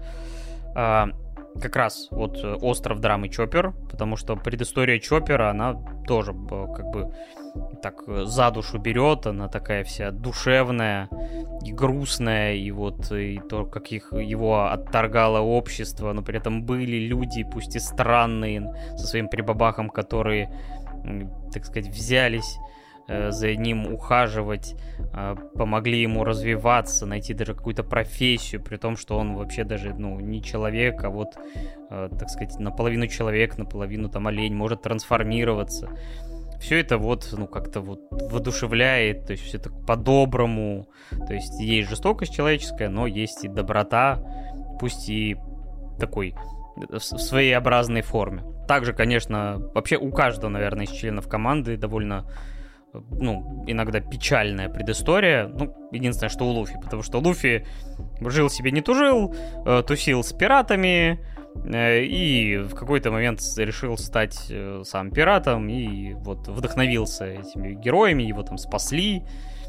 как раз вот остров Драмы Чоппер, потому что предыстория Чоппера, она тоже как бы так за душу берет, она такая вся душевная и грустная, и вот и то, как его отторгало общество, но при этом были люди, пусть и странные, со своим прибабахом, которые, так сказать, взялись за ним ухаживать, помогли ему развиваться, найти даже какую-то профессию, при том, что он вообще даже, ну, не человек, а вот, так сказать, наполовину человек, наполовину там олень, может трансформироваться. Все это вот, ну, как-то вот воодушевляет, то есть все так по-доброму, то есть есть жестокость человеческая, но есть и доброта, пусть и такой в своеобразной форме. Также, конечно, вообще у каждого, наверное, из членов команды довольно, ну, иногда печальная предыстория. Ну, единственное, что у Луфи, потому что Луфи жил себе не тужил, тусил с пиратами, и в какой-то момент решил стать сам пиратом, и вот вдохновился этими героями, его там спасли,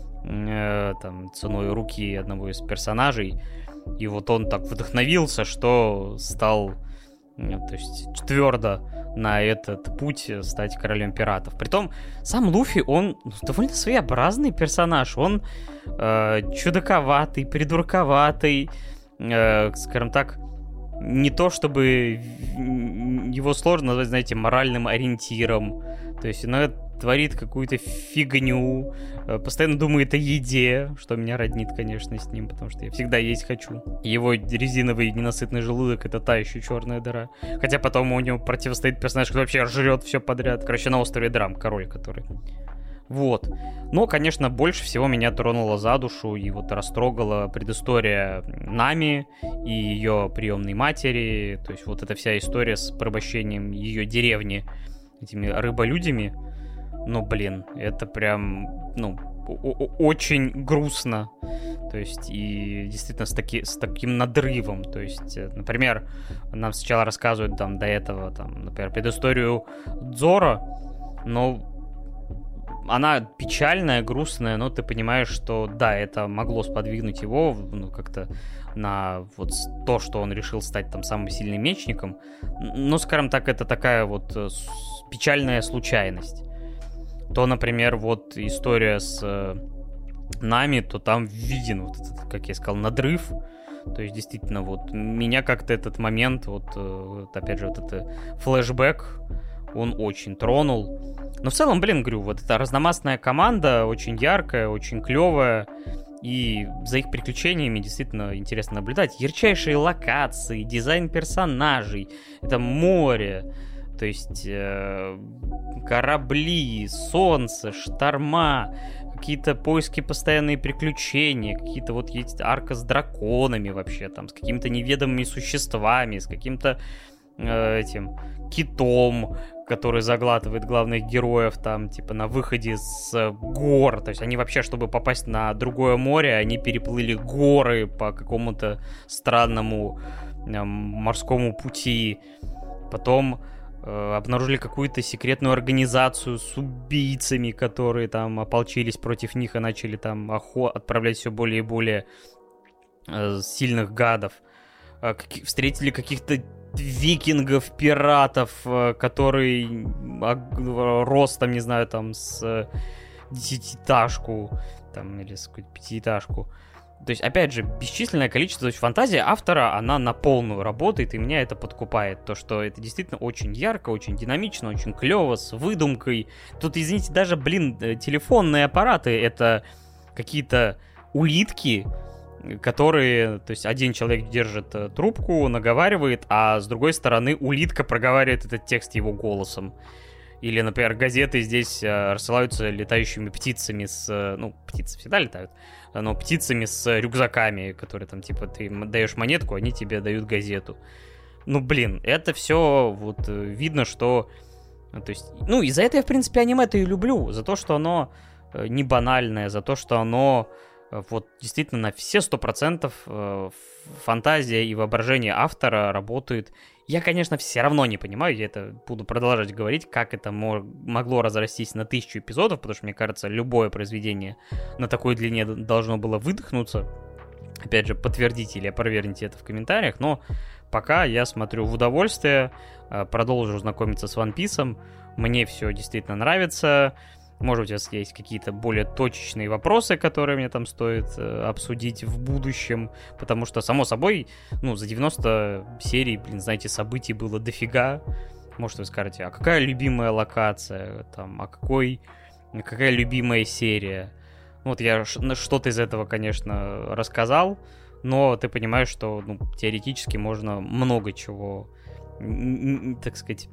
там, ценой руки одного из персонажей, и вот он так вдохновился, что стал, то есть, твердо на этот путь стать королем пиратов. Притом, сам Луфи, он довольно своеобразный персонаж. Он чудаковатый, придурковатый, скажем так, не то чтобы его сложно назвать, знаете, моральным ориентиром. То есть иногда творит какую-то фигню, постоянно думает о еде, что меня роднит, конечно, с ним, потому что я всегда есть хочу. Его резиновый ненасытный желудок — это та еще черная дыра. Хотя потом у него противостоит персонаж, который вообще жрет все подряд. Короче, на острове Драм, король который. Вот. Но, конечно, больше всего меня тронула за душу и вот растрогала предыстория Нами и ее приемной матери. То есть вот эта вся история с порабощением ее деревни этими рыболюдями. Но, блин, это прям, ну, очень грустно. То есть, и действительно с таким надрывом. То есть, например, нам сначала рассказывают там до этого, там, например, предысторию Дзоро, но она печальная, грустная, но ты понимаешь, что да, это могло сподвигнуть его, ну, как-то на вот то, что он решил стать там самым сильным мечником. Но, скажем так, это такая вот печальная случайность. То, например, вот история с Нами, то там виден вот этот, как я сказал, надрыв. То есть, действительно, вот меня как-то этот момент, вот опять же, вот это флешбэк, он очень тронул. Но в целом, блин, говорю, вот эта разномастная команда, очень яркая, очень клевая. И за их приключениями действительно интересно наблюдать. Ярчайшие локации, дизайн персонажей, это море, то есть корабли, солнце, шторма, какие-то поиски, постоянные приключения, какие-то вот есть арка с драконами вообще, там, с какими-то неведомыми существами, с каким-то этим китом, который заглатывает главных героев там, типа, на выходе с гор. То есть они вообще, чтобы попасть на другое море, они переплыли горы по какому-то странному морскому пути. Потом обнаружили какую-то секретную организацию с убийцами, которые там ополчились против них и начали там отправлять все более и более сильных гадов. Встретили каких-то викингов, пиратов, который ростом, не знаю, там с десятиэтажку, там, или с какую-то пятиэтажку. То есть, опять же, бесчисленное количество, то есть фантазия автора, она на полную работает, и меня это подкупает. То, что это действительно очень ярко, очень динамично, очень клево, с выдумкой. Тут, извините, даже, блин, телефонные аппараты — это какие-то улитки, которые, то есть один человек держит трубку, наговаривает, а с другой стороны улитка проговаривает этот текст его голосом. Или, например, газеты здесь рассылаются летающими птицами ну, птицы всегда летают, но птицами с рюкзаками, которые там, типа, ты даешь монетку, они тебе дают газету. Ну, блин, это все вот видно, что... То есть, ну, и за это я, в принципе, аниме-то и люблю. За то, что оно не банальное, за то, что оно... Вот действительно на все 100% фантазия и воображение автора работают. Я, конечно, все равно не понимаю, я это буду продолжать говорить, как это могло разрастись на 1000 эпизодов, потому что, мне кажется, любое произведение на такой длине должно было выдохнуться. Опять же, подтвердите или опровергните это в комментариях, но пока я смотрю в удовольствие, продолжу знакомиться с One Piece'ом, мне все действительно нравится. Может быть, у вас есть какие-то более точечные вопросы, которые мне там стоит обсудить в будущем, потому что, само собой, ну, за 90 серий, блин, знаете, событий было дофига. Может, вы скажете, а какая любимая локация, там, какая любимая серия? Вот я что-то из этого, конечно, рассказал, но ты понимаешь, что, ну, теоретически можно много чего, так сказать,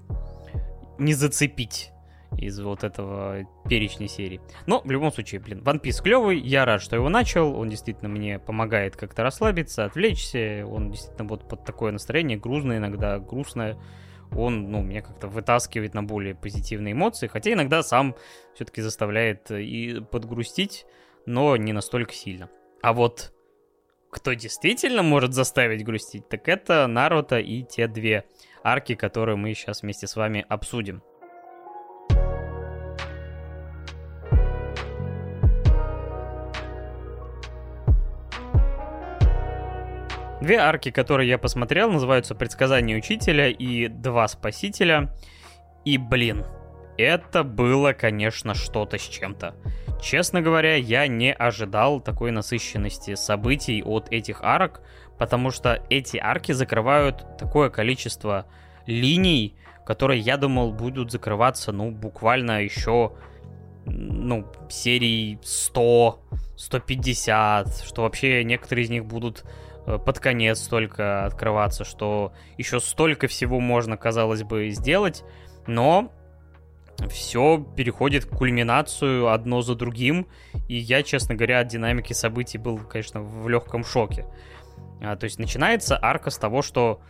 не зацепить из вот этого перечня серий. Но, в любом случае, блин, One Piece клевый, я рад, что его начал, он действительно мне помогает как-то расслабиться, отвлечься, он действительно вот под такое настроение, грузное иногда, грустное, он, ну, меня как-то вытаскивает на более позитивные эмоции, хотя иногда сам все-таки заставляет и подгрустить, но не настолько сильно. А вот кто действительно может заставить грустить, так это Наруто и те две арки, которые мы сейчас вместе с вами обсудим. Две арки, которые я посмотрел, называются «Предсказание учителя» и «Два спасителя». И, блин, это было, конечно, что-то с чем-то. Честно говоря, я не ожидал такой насыщенности событий от этих арок, потому что эти арки закрывают такое количество линий, которые, я думал, будут закрываться, ну, буквально еще серий 100, 150, что вообще некоторые из них будут под конец только открываться, что еще столько всего можно, казалось бы, сделать, но все переходит в кульминацию одно за другим, и я, честно говоря, от динамики событий был, конечно, в легком шоке. То есть начинается арка с того, что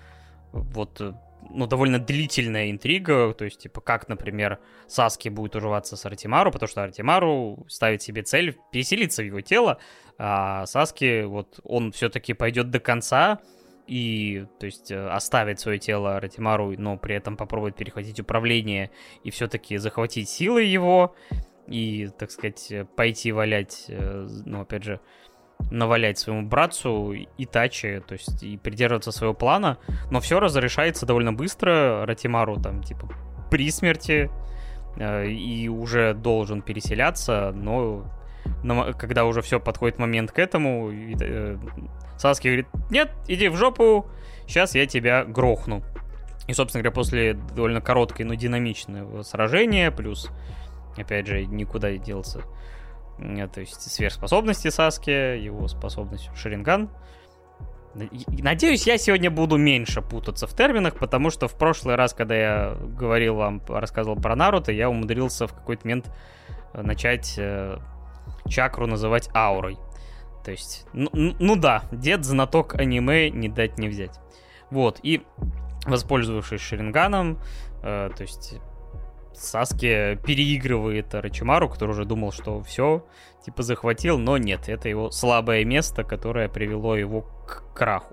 довольно длительная интрига, то есть, типа, как, например, Саски будет уживаться с Оротимару, потому что Оротимару ставит себе цель переселиться в его тело, а Саски, он все-таки пойдет до конца и, то есть, оставит свое тело Оротимару, но при этом попробует перехватить управление и все-таки захватить силы его и, так сказать, пойти валять, опять же, навалять своему братцу Итачи, то есть и придерживаться своего плана, но все разрешается довольно быстро. Оротимару там типа при смерти и уже должен переселяться, но когда уже все подходит момент к этому, Саски говорит: нет, иди в жопу, сейчас я тебя грохну. И, собственно говоря, после довольно короткой, но динамичного сражения, плюс, опять же, никуда не делся, то есть сверхспособности Саски, его способность Шаринган. Надеюсь, я сегодня буду меньше путаться в терминах, потому что в прошлый раз, когда я рассказывал про Наруто, я умудрился в какой-то момент начать чакру называть аурой. То есть, да, дед знаток аниме, не дать не взять. И воспользовавшись Шаринганом, то есть Саски переигрывает Орочимару, который уже думал, что все, типа, захватил, но нет, это его слабое место, которое привело его к краху.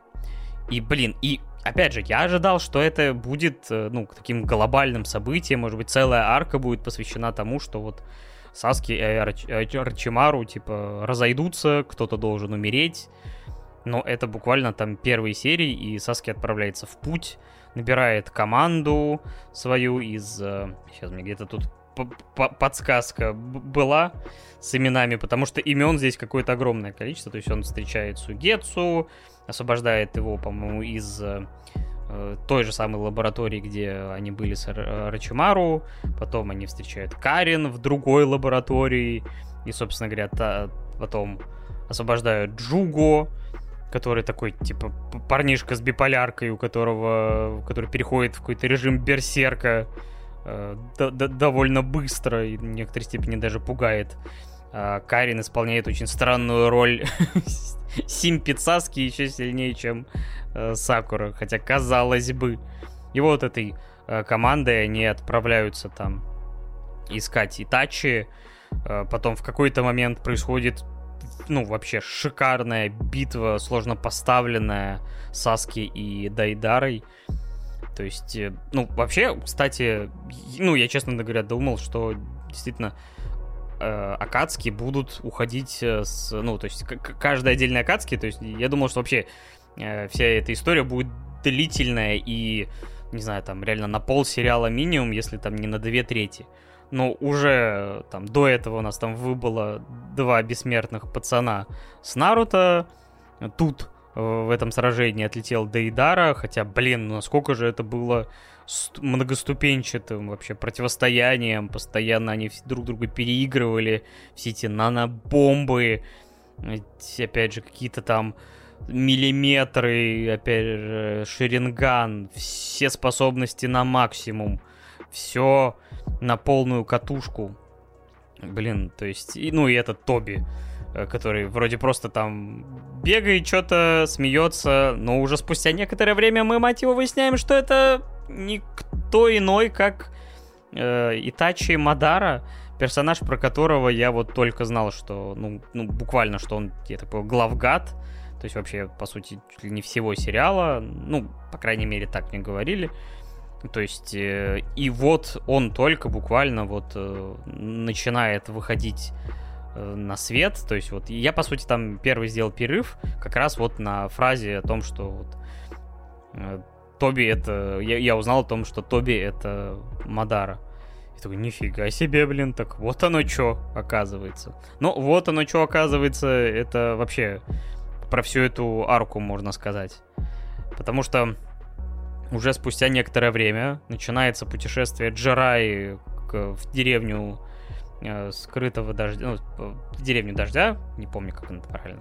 И опять же, я ожидал, что это будет, к таким глобальным событиям, может быть, целая арка будет посвящена тому, что Саски и Орочимару, типа, разойдутся, кто-то должен умереть, но это буквально там первые серии, и Саски отправляется в путь, набирает команду свою из... Сейчас мне где-то тут подсказка была с именами, потому что имен здесь какое-то огромное количество. То есть он встречает Сугецу, освобождает его, по-моему, из той же самой лаборатории, где они были с Орочимару. Потом они встречают Карин в другой лаборатории. И, собственно говоря, потом освобождают Джуго, который такой, типа, парнишка с биполяркой, который переходит в какой-то режим берсерка довольно быстро и в некоторой степени даже пугает. Карин исполняет очень странную роль Симпи Саски еще сильнее, чем Сакура, хотя казалось бы. И этой командой они отправляются там искать Итачи. Потом в какой-то момент происходит вообще шикарная битва, сложно поставленная Саски и Дайдарой. То есть, вообще, кстати, я, честно говоря, думал, что действительно Акацки будут уходить то есть каждая отдельная Акацки, то есть я думал, что вообще вся эта история будет длительная и, не знаю, там реально на полсериала минимум, если там не на 2/3. Но уже там до этого у нас там выбыло 2 бессмертных пацана с Наруто. Тут в этом сражении отлетел Дейдара, хотя, насколько же это было многоступенчатым вообще противостоянием. Постоянно они друг друга переигрывали, все эти нанобомбы, опять же, какие-то там миллиметры, опять же, Шаринган, все способности на максимум, все на полную катушку. То есть, и этот Тоби, который вроде просто там бегает, что-то смеется, но уже спустя некоторое время мы, мать его, выясняем, что это никто иной, как Итачи Мадара, персонаж, про которого я только знал, что, буквально, что он, я такой, главгад, то есть вообще, по сути, чуть ли не всего сериала, по крайней мере, так мне говорили. То есть, и он только буквально начинает выходить на свет. То есть, я, по сути, там первый сделал перерыв как раз на фразе о том, что Тоби это... Я узнал о том, что Тоби это Мадара. И такой, нифига себе, так вот оно что, оказывается. Вот оно что, оказывается, это вообще про всю эту арку, можно сказать. Потому что уже спустя некоторое время начинается путешествие Джираи в деревню скрытого дождя, ну, в деревню дождя, не помню, как это правильно.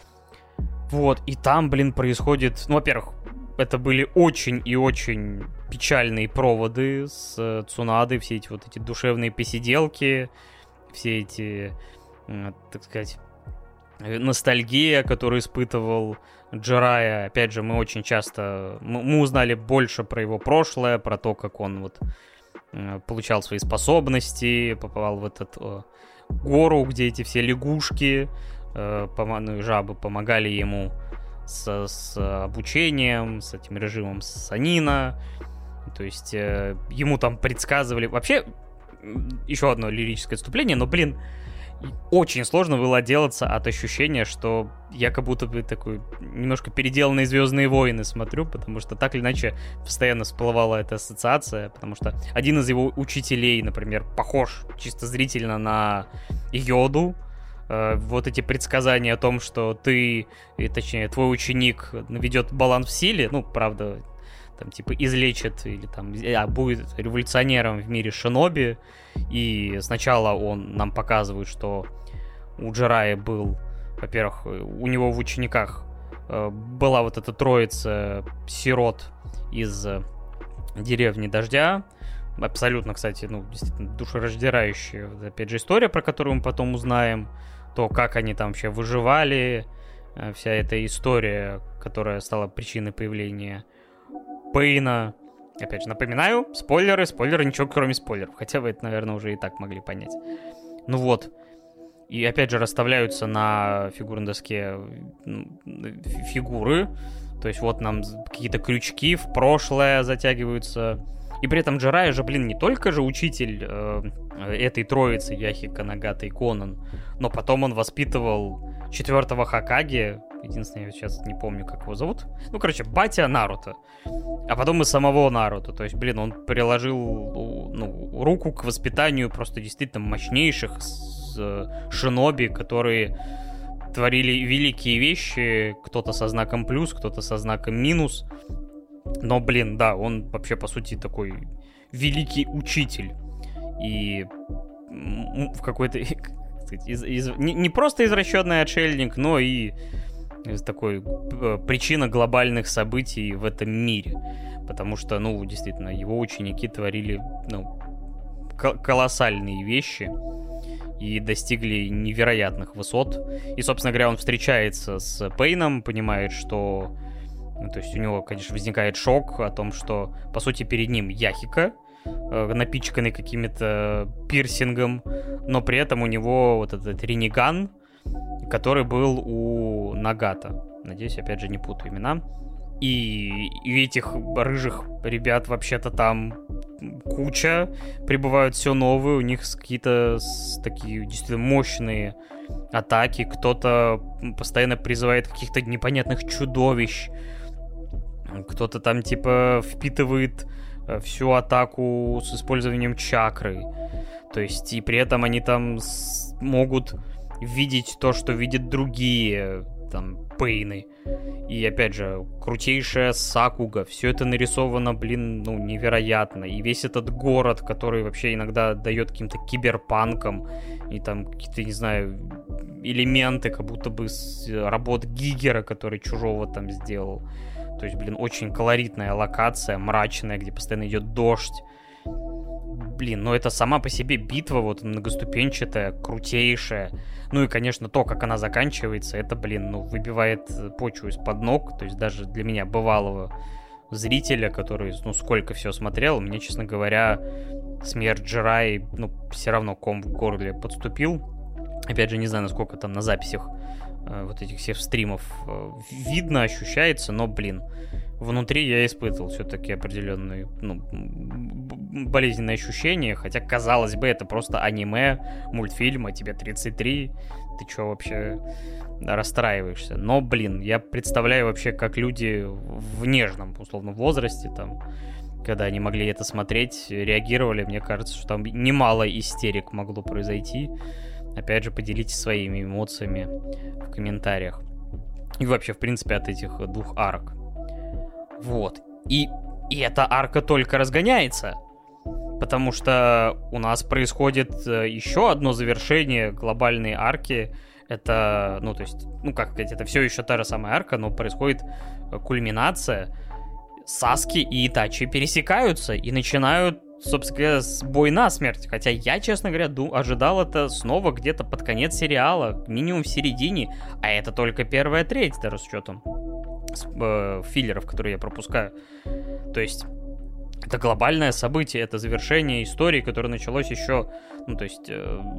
Вот, и там, блин, происходит... Ну, во-первых, это были очень и очень печальные проводы с Цунадой, все эти вот эти душевные посиделки, все эти, так сказать, ностальгия, которую испытывал Джирайя. Опять же, мы очень часто... Мы узнали больше про его прошлое, про то, как он вот получал свои способности, попал в этот гору, где эти все лягушки, ну, и жабы помогали ему с обучением, с этим режимом Санина. То есть ему там предсказывали... Вообще, еще одно лирическое отступление, но, блин, очень сложно было отделаться от ощущения, что я как будто бы такой немножко переделанные «Звездные войны» смотрю, потому что так или иначе постоянно всплывала эта ассоциация, потому что один из его учителей, например, похож чисто зрительно на Йоду. Вот эти предсказания о том, что ты, точнее, твой ученик наведет баланс в силе, ну, правда, там, типа, излечит или там будет революционером в мире шиноби. И сначала он нам показывает, что у Джирайя был, во-первых, у него в учениках была вот эта троица сирот из деревни Дождя. Абсолютно, кстати, ну, действительно душераздирающая, опять же, история, про которую мы потом узнаем. То, как они там вообще выживали, вся эта история, которая стала причиной появления Пейна. Опять же, напоминаю, спойлеры, ничего кроме спойлеров. Хотя вы это, наверное, уже и так могли понять. Ну вот. И опять же расставляются на фигурной доске фигуры. То есть вот нам какие-то крючки в прошлое затягиваются. И при этом Джирайя же, блин, не только же учитель этой троицы Яхика, Нагата и Конан, но потом он воспитывал 4-го Хокаге. Единственное, я сейчас не помню, как его зовут. Ну, короче, батя Наруто. А потом и самого Наруто. То есть, блин, он приложил руку к воспитанию просто действительно мощнейших шиноби, которые творили великие вещи. Кто-то со знаком плюс, кто-то со знаком минус. Но, блин, да, он вообще, по сути, такой великий учитель. И в какой-то... Не просто извращенный отшельник, но и такой причина глобальных событий в этом мире. Потому что, ну, действительно, его ученики творили, ну, колоссальные вещи и достигли невероятных высот. И, собственно говоря, он встречается с Пейном, понимает, что... Ну, то есть у него, конечно, возникает шок о том, что, по сути, перед ним Яхика, напичканный каким-то пирсингом, но при этом у него вот этот Риниган, который был у Нагата. Надеюсь, опять же, не путаю имена. И этих рыжих ребят вообще-то там куча, прибывают все новые, у них какие-то такие действительно мощные атаки, кто-то постоянно призывает каких-то непонятных чудовищ, кто-то там типа впитывает всю атаку с использованием чакры. То есть, и при этом они там могут видеть то, что видят другие, там, Пейны. И, опять же, крутейшая Сакуга. Все это нарисовано, блин, ну, невероятно. И весь этот город, который вообще иногда дает каким-то киберпанкам. И там какие-то, не знаю, элементы, как будто бы с работ Гигера, который Чужого там сделал. То есть, блин, очень колоритная локация, мрачная, где постоянно идет дождь. Блин, ну это сама по себе битва, вот многоступенчатая, крутейшая. Ну и, конечно, то, как она заканчивается, это, блин, ну, выбивает почву из-под ног. То есть даже для меня, бывалого зрителя, который, ну, сколько всего смотрел, мне, честно говоря, смерть Джирайи, ну, все равно ком в горле подступил. Опять же, не знаю, насколько там на записях вот этих всех стримов видно, ощущается, но, блин, внутри я испытывал все-таки определенные, ну, болезненные ощущения, хотя, казалось бы, это просто аниме, мультфильм, а тебе 33, ты что вообще расстраиваешься? Но, блин, я представляю вообще, как люди в нежном, условно, возрасте, там, когда они могли это смотреть, реагировали, мне кажется, что там немало истерик могло произойти. Опять же, поделитесь своими эмоциями в комментариях. И вообще, в принципе, от этих двух арок. Вот. И эта арка только разгоняется. Потому что у нас происходит еще одно завершение глобальной арки. Это, ну, то есть, ну, как сказать, это все еще та же самая арка, но происходит кульминация. Саски и Итачи пересекаются и начинают, собственно говоря, бой насмерть. Хотя я, честно говоря, ожидал это снова где-то под конец сериала, минимум в середине. А это только первая треть, даже с учетом филлеров, которые я пропускаю. То есть это глобальное событие, это завершение истории, которое началось еще, ну, то есть,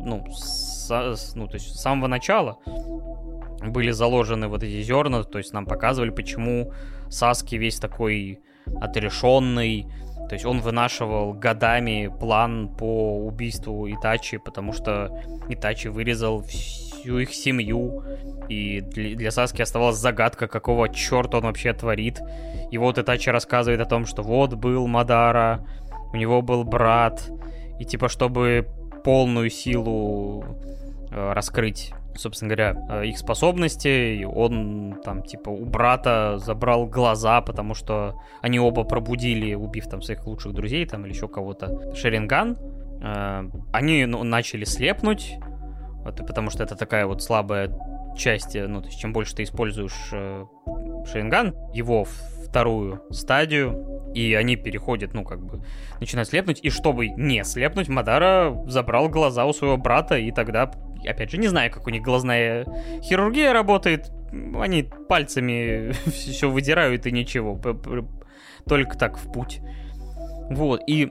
то есть с самого начала были заложены вот эти зерна, то есть нам показывали, почему Саски весь такой отрешенный, то есть он вынашивал годами план по убийству Итачи, потому что Итачи вырезал всю их семью, и для Саски оставалась загадка, какого черта он вообще творит. И вот Итачи рассказывает о том, что вот был Мадара, у него был брат, и типа, чтобы полную силу раскрыть, собственно говоря, их способности, он там типа у брата забрал глаза, потому что они оба пробудили, убив там своих лучших друзей там или еще кого-то, Шаринган. Они начали слепнуть, потому что это такая вот слабая часть, ну, то есть чем больше ты используешь Шаринган, его вторую стадию, и они переходят, ну, как бы, начинают слепнуть, и чтобы не слепнуть, Мадара забрал глаза у своего брата, и тогда, опять же, не знаю, как у них глазная хирургия работает, они пальцами все выдирают и ничего, только так в путь. Вот, и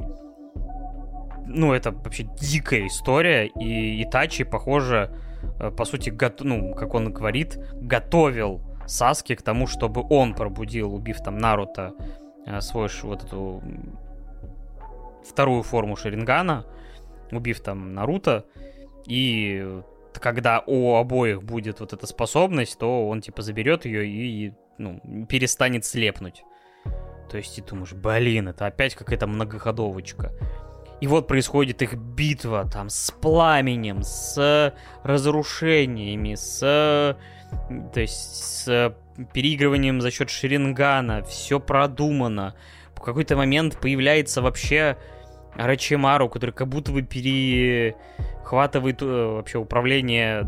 ну, это вообще дикая история, и Итачи, похоже, по сути, ну, как он говорит, готовил Саски к тому, чтобы он пробудил, убив там Наруто, свой вот эту вторую форму Шарингана, убив там Наруто, и когда у обоих будет вот эта способность, то он типа заберет ее и, ну, перестанет слепнуть. То есть ты думаешь, блин, это опять какая-то многоходовочка. И вот происходит их битва там с пламенем, с разрушениями, с переигрыванием за счет Шарингана. Все продумано. В какой-то момент появляется вообще Орочимару, который как будто бы перехватывает вообще управление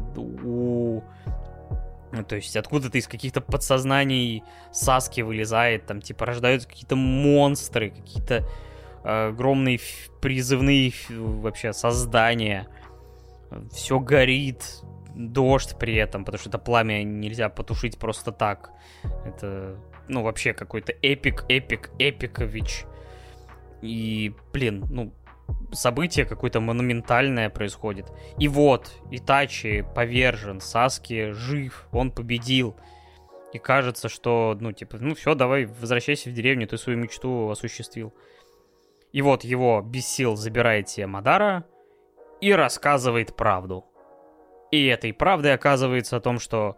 то есть откуда-то из каких-то подсознаний Саски вылезает, там типа рождаются какие-то монстры, какие-то огромные призывные вообще создания. Все горит, дождь при этом, потому что это пламя нельзя потушить просто так. Это, ну, вообще какой-то эпикович. И, блин, ну, событие какое-то монументальное происходит. И вот, Итачи повержен, Саски жив, он победил. И кажется, что, ну, типа, ну все, давай, возвращайся в деревню, ты свою мечту осуществил. И вот его без сил забирает себе Мадара и рассказывает правду. И этой правдой оказывается о том, что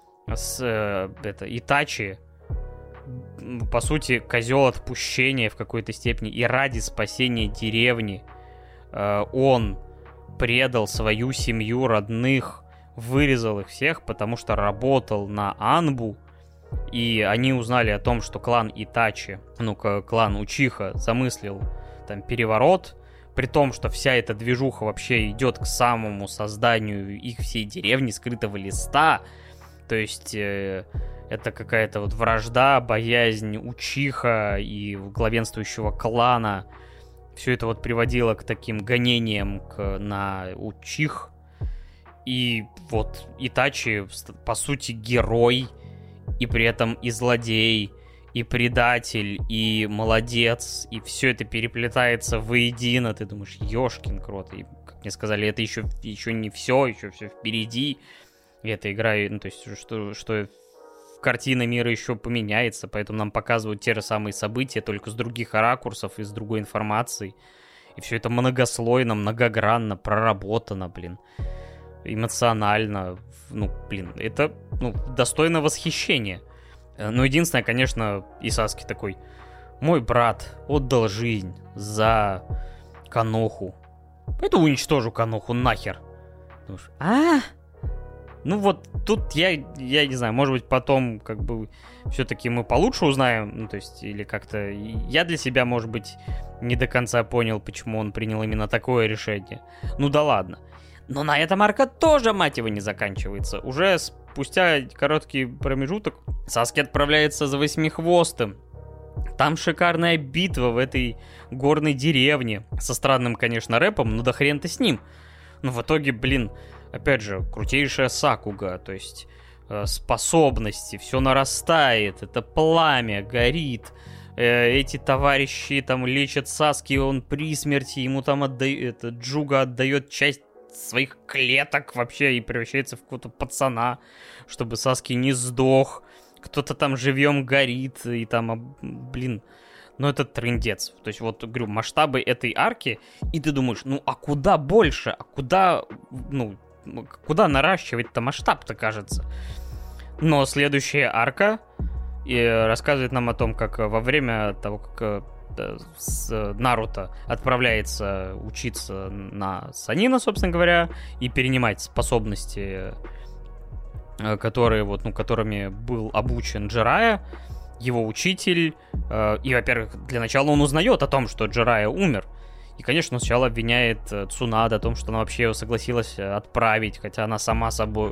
Итачи, по сути, козел отпущения в какой-то степени. И ради спасения деревни он предал свою семью, родных, вырезал их всех, потому что работал на Анбу. И они узнали о том, что клан Итачи, клан Учиха замыслил там переворот, при том, что вся эта движуха вообще идет к самому созданию их всей деревни Скрытого Листа. То есть это какая-то вот вражда, боязнь Учиха и главенствующего клана. Все это вот приводило к таким гонениям на Учих. И вот Итачи, по сути, герой, и при этом и злодей, и предатель, и молодец, и все это переплетается воедино. Ты думаешь, ёшкин крот. И, как мне сказали, это еще не все, еще все впереди. И эта игра, ну, то есть, что картина мира еще поменяется, поэтому нам показывают те же самые события, только с других ракурсов и с другой информацией. И все это многослойно, многогранно, проработано, блин. Эмоционально. Ну, блин, это, ну, достойно восхищения. Но единственное, конечно, Исаски такой: мой брат отдал жизнь за Каноху. Пойду уничтожу Каноху нахер. Думаешь, Ну вот тут я не знаю, может быть потом как бы все-таки мы получше узнаем, ну то есть или как-то я для себя, может быть, не до конца понял, почему он принял именно такое решение. Ну да ладно. Но на этом арка тоже, мать его, не заканчивается. Уже спустя короткий промежуток Саски отправляется за Восьмихвостым. Там шикарная битва в этой горной деревне. Со странным, конечно, рэпом, но да хрен-то с ним. Но в итоге, блин, опять же, крутейшая Сакуга. То есть способности, все нарастает. Это пламя, горит. Эти товарищи там лечат Саски, он при смерти. Ему там Джуга отдает часть своих клеток вообще и превращается в какого-то пацана, чтобы Саски не сдох. Кто-то там живьем горит, и там, блин, ну это трындец. То есть вот, говорю, масштабы этой арки, и ты думаешь, ну а куда больше? А куда, ну, куда наращивать-то масштаб-то, кажется? Но следующая арка и рассказывает нам о том, как во время того, как Наруто отправляется учиться на Санина, собственно говоря, и перенимать способности, которые вот, ну, которыми был обучен Джирайя, его учитель. И, во-первых, для начала он узнает о том, что Джирайя умер. И, конечно, он сначала обвиняет Цунада о том, что она вообще его согласилась отправить, хотя она сама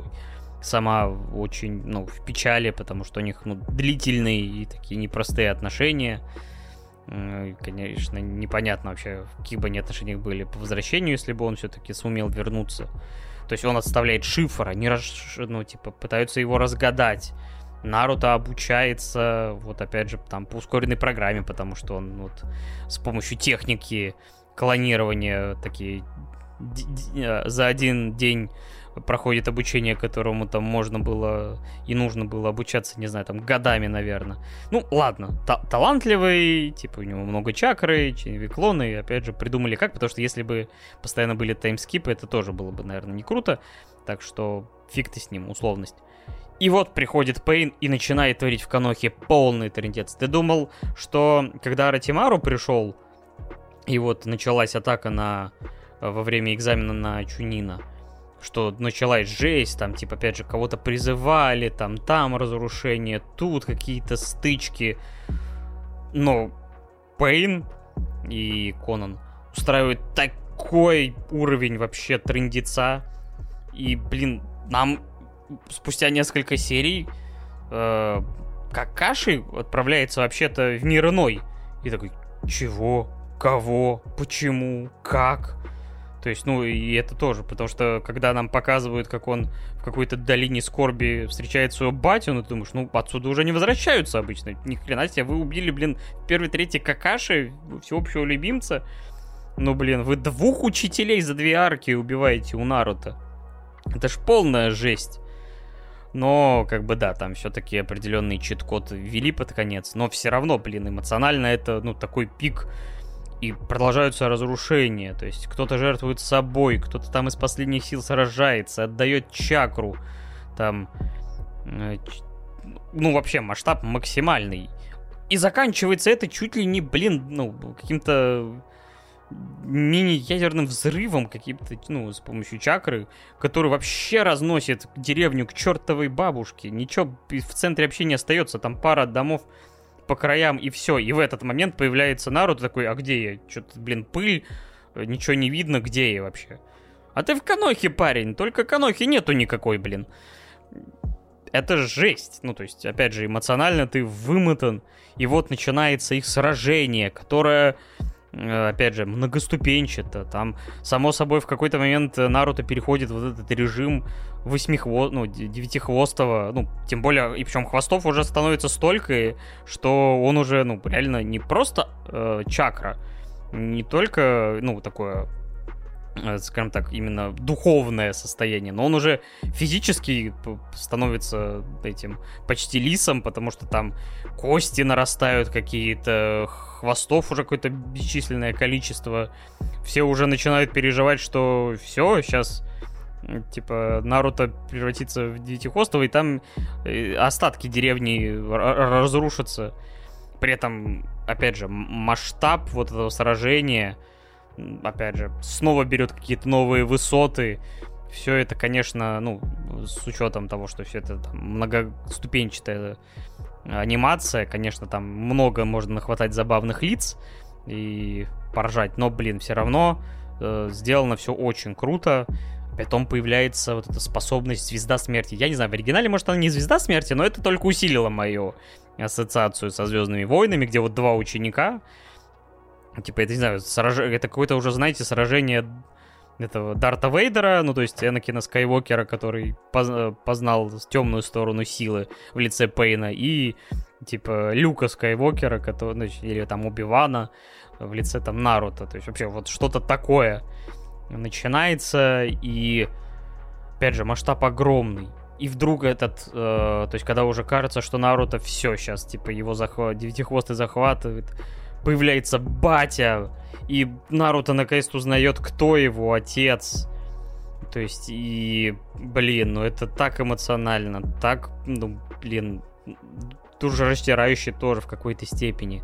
очень, ну, в печали, потому что у них, ну, длительные и такие непростые отношения. И, конечно, непонятно вообще, в каких бы они отношениях были по возвращению, если бы он все-таки сумел вернуться. То есть он отставляет шифр, они пытаются его разгадать. Наруто обучается, вот опять же, там по ускоренной программе, потому что он вот с помощью техники клонирования такие за один день проходит обучение, которому там можно было и нужно было обучаться, не знаю, там годами, наверное. Ну, ладно, талантливый, типа у него много чакры, клоны, опять же, придумали как, потому что если бы постоянно были таймскипы, это тоже было бы, наверное, не круто, так что фиг ты с ним, условность. И вот приходит Пейн и начинает творить в Конохе полный трындец. Ты думал, что когда Оротимару пришел, и вот началась атака во время экзамена на Чунина, что началась жесть, там, типа, опять же, кого-то призывали, там разрушение, тут какие-то стычки. Но Пейн и Конан устраивают такой уровень вообще трындеца. И, блин, нам спустя несколько серий Какаши отправляется вообще-то в мир иной. И такой, чего? Кого? Почему? Как? То есть, ну, и это тоже, потому что, когда нам показывают, как он в какой-то долине скорби встречает своего батю, ну, ты думаешь, ну, отсюда уже не возвращаются обычно. Ни хрена себе, вы убили, блин, первый, третий Какаши, всеобщего любимца. Ну, блин, вы 2 учителей за 2 арки убиваете у Наруто. Это ж полная жесть. Но, как бы, да, там все-таки определенный чит-код ввели под конец. Но все равно, блин, эмоционально это, ну, такой пик. И продолжаются разрушения. То есть кто-то жертвует собой, кто-то там из последних сил сражается, отдает чакру. Там, ну, вообще масштаб максимальный. И заканчивается это чуть ли не, блин, ну, каким-то мини-ядерным взрывом каким-то, ну, с помощью чакры, который вообще разносит деревню к чертовой бабушке. Ничего в центре вообще не остается. Там пара домов по краям, и все. И в этот момент появляется Наруто такой, а где я? Что-то, блин, пыль, ничего не видно, где я вообще? А ты в Конохе, парень, только Конохи нету никакой, блин. Это жесть. Ну, то есть, опять же, эмоционально ты вымотан, и вот начинается их сражение, которое, опять же, многоступенчато. Там, само собой, в какой-то момент Наруто переходит в этот режим девятихвостого, ну, тем более, и причем хвостов уже становится столько, что он уже, ну, реально не просто чакра, не только, ну, такое, скажем так, именно духовное состояние, но он уже физически становится этим почти лисом, потому что там кости нарастают какие-то, хвостов уже какое-то бесчисленное количество. Все уже начинают переживать, что все, сейчас типа Наруто превратится в девятихвостого, и там остатки деревни разрушатся. При этом, опять же, масштаб вот этого сражения, опять же, снова берет какие-то новые высоты. Все это, конечно, ну, с учетом того, что все это там, многоступенчатая анимация, конечно, там много можно нахватать забавных лиц и поржать, но, блин, все равно сделано все очень круто. Потом появляется вот эта способность Звезда Смерти. Я не знаю, в оригинале, может, она не Звезда Смерти, но это только усилило мою ассоциацию со Звездными войнами, где вот два ученика, типа, это, не знаю, это какое-то уже, знаете, сражение этого Дарта Вейдера, ну, то есть Энакина Скайуокера, который познал темную сторону силы в лице Пейна, и, типа, Люка Скайуокера, который, значит, или там Оби-Вана в лице там Наруто. То есть вообще вот что-то такое начинается, и, опять же, масштаб огромный. И вдруг то есть когда уже кажется, что Наруто все, сейчас, типа, его Девятихвостый захватывает, появляется батя, и Наруто наконец-то узнает, кто его отец. То есть, и, блин, ну это так эмоционально, так, ну, блин, душераздирающе тоже в какой-то степени.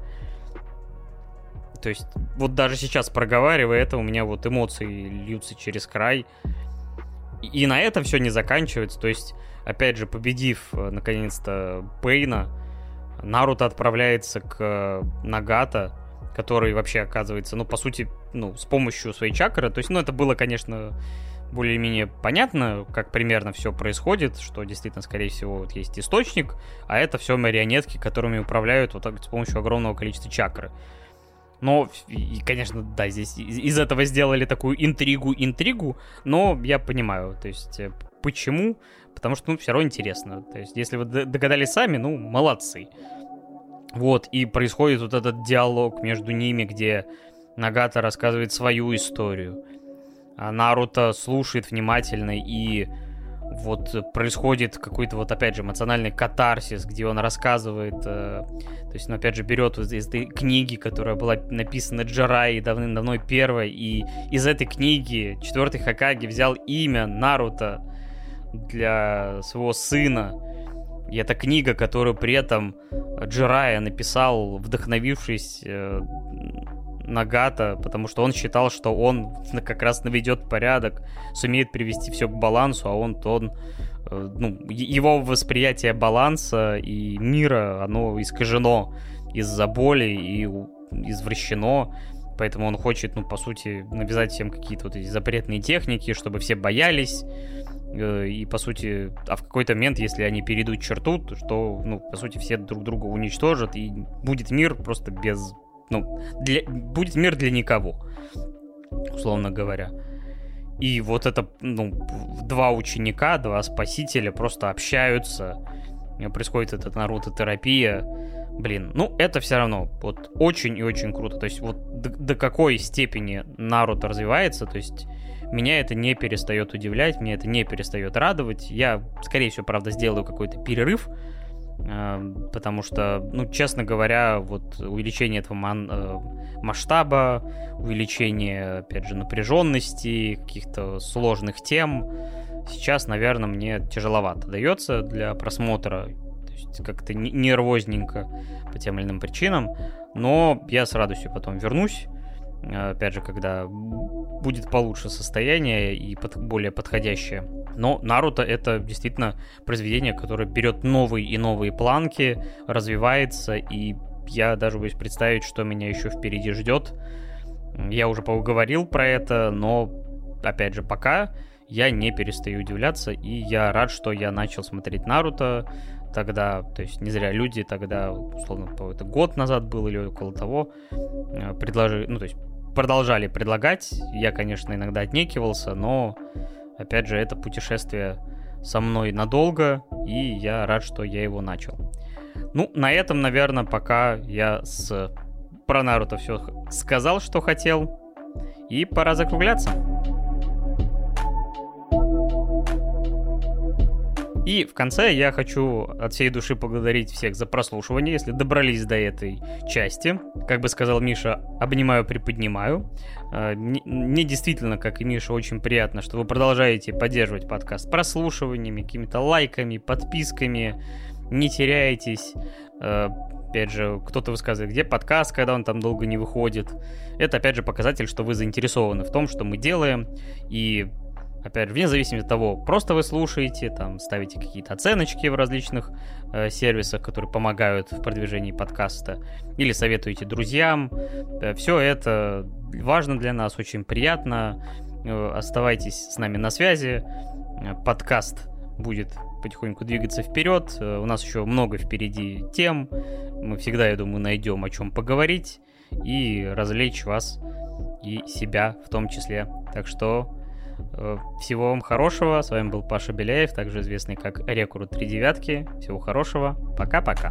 То есть, вот даже сейчас, проговаривая это, у меня вот эмоции льются через край. И на этом все не заканчивается. То есть, опять же, победив, наконец-то, Пейна, Наруто отправляется к Нагата, который вообще оказывается, ну, по сути, ну, с помощью своей чакры. То есть, ну, это было, конечно, более-менее понятно, как примерно все происходит, что действительно, скорее всего, вот есть источник, а это все марионетки, которыми управляют вот так с помощью огромного количества чакры. Но, и, конечно, да, здесь из этого сделали такую интригу, но я понимаю, то есть, почему? Потому что, ну, все равно интересно. То есть, если вы догадались сами, ну, молодцы. Вот, и происходит вот этот диалог между ними, где Нагата рассказывает свою историю, а Наруто слушает внимательно, и вот происходит какой-то вот, опять же, эмоциональный катарсис, где он рассказывает, то есть, ну, опять же, берет вот из этой книги, которая была написана Джирайи давным-давно первой, и из этой книги 4-й Хокаге взял имя Наруто для своего сына. И это книга, которую при этом Джирайя написал, вдохновившись Нагата, потому что он считал, что он как раз наведет порядок, сумеет привести все к балансу, а он ну, его восприятие баланса и мира, оно искажено из-за боли и извращено, поэтому он хочет, ну, по сути, навязать всем какие-то вот эти запретные техники, чтобы все боялись, и, по сути, а в какой-то момент, если они перейдут черту, то что, ну, по сути, все друг друга уничтожат, и будет мир просто без... Ну, будет мир для никого, условно говоря. И вот это, ну, два ученика, два спасителя просто общаются, происходит эта Наруто-терапия. Блин, ну, это все равно вот очень и очень круто. То есть вот до какой степени Наруто развивается, то есть меня это не перестает удивлять, меня это не перестает радовать. Я, скорее всего, правда, сделаю какой-то перерыв, потому что, ну, честно говоря, вот увеличение этого масштаба, увеличение, опять же, напряженности, каких-то сложных тем сейчас, наверное, мне тяжеловато дается для просмотра, то есть как-то нервозненько по тем или иным причинам, но я с радостью потом вернусь, опять же, когда будет получше состояние и более подходящее. Но Наруто — это действительно произведение, которое берет новые и новые планки, развивается, и я даже боюсь представить, что меня еще впереди ждет. Я уже поговорил про это, но, опять же, пока я не перестаю удивляться, и я рад, что я начал смотреть Наруто тогда, то есть не зря люди тогда, условно, это год назад был или около того, ну, то есть продолжали предлагать. Я, конечно, иногда отнекивался, но, опять же, это путешествие со мной надолго, и я рад, что я его начал. Ну, на этом, наверное, пока я про Наруто все сказал, что хотел, и пора закругляться. И в конце я хочу от всей души поблагодарить всех за прослушивание, если добрались до этой части. Как бы сказал Миша, обнимаю, приподнимаю. Мне действительно, как и Миша, очень приятно, что вы продолжаете поддерживать подкаст прослушиваниями, какими-то лайками, подписками, не теряетесь. Опять же, кто-то высказывает, где подкаст, когда он там долго не выходит. Это, опять же, показатель, что вы заинтересованы в том, что мы делаем. И Опять же, вне зависимости от того, просто вы слушаете, там, ставите какие-то оценочки в различных сервисах, которые помогают в продвижении подкаста, или советуете друзьям. Все это важно для нас, очень приятно. Оставайтесь с нами на связи. Подкаст будет потихоньку двигаться вперед. У нас еще много впереди тем. Мы всегда, я думаю, найдем о чем поговорить и развлечь вас и себя в том числе. Так что всего вам хорошего. С вами был Паша Беляев, также известный как Рекрут 3 девятки. Всего хорошего. Пока-пока.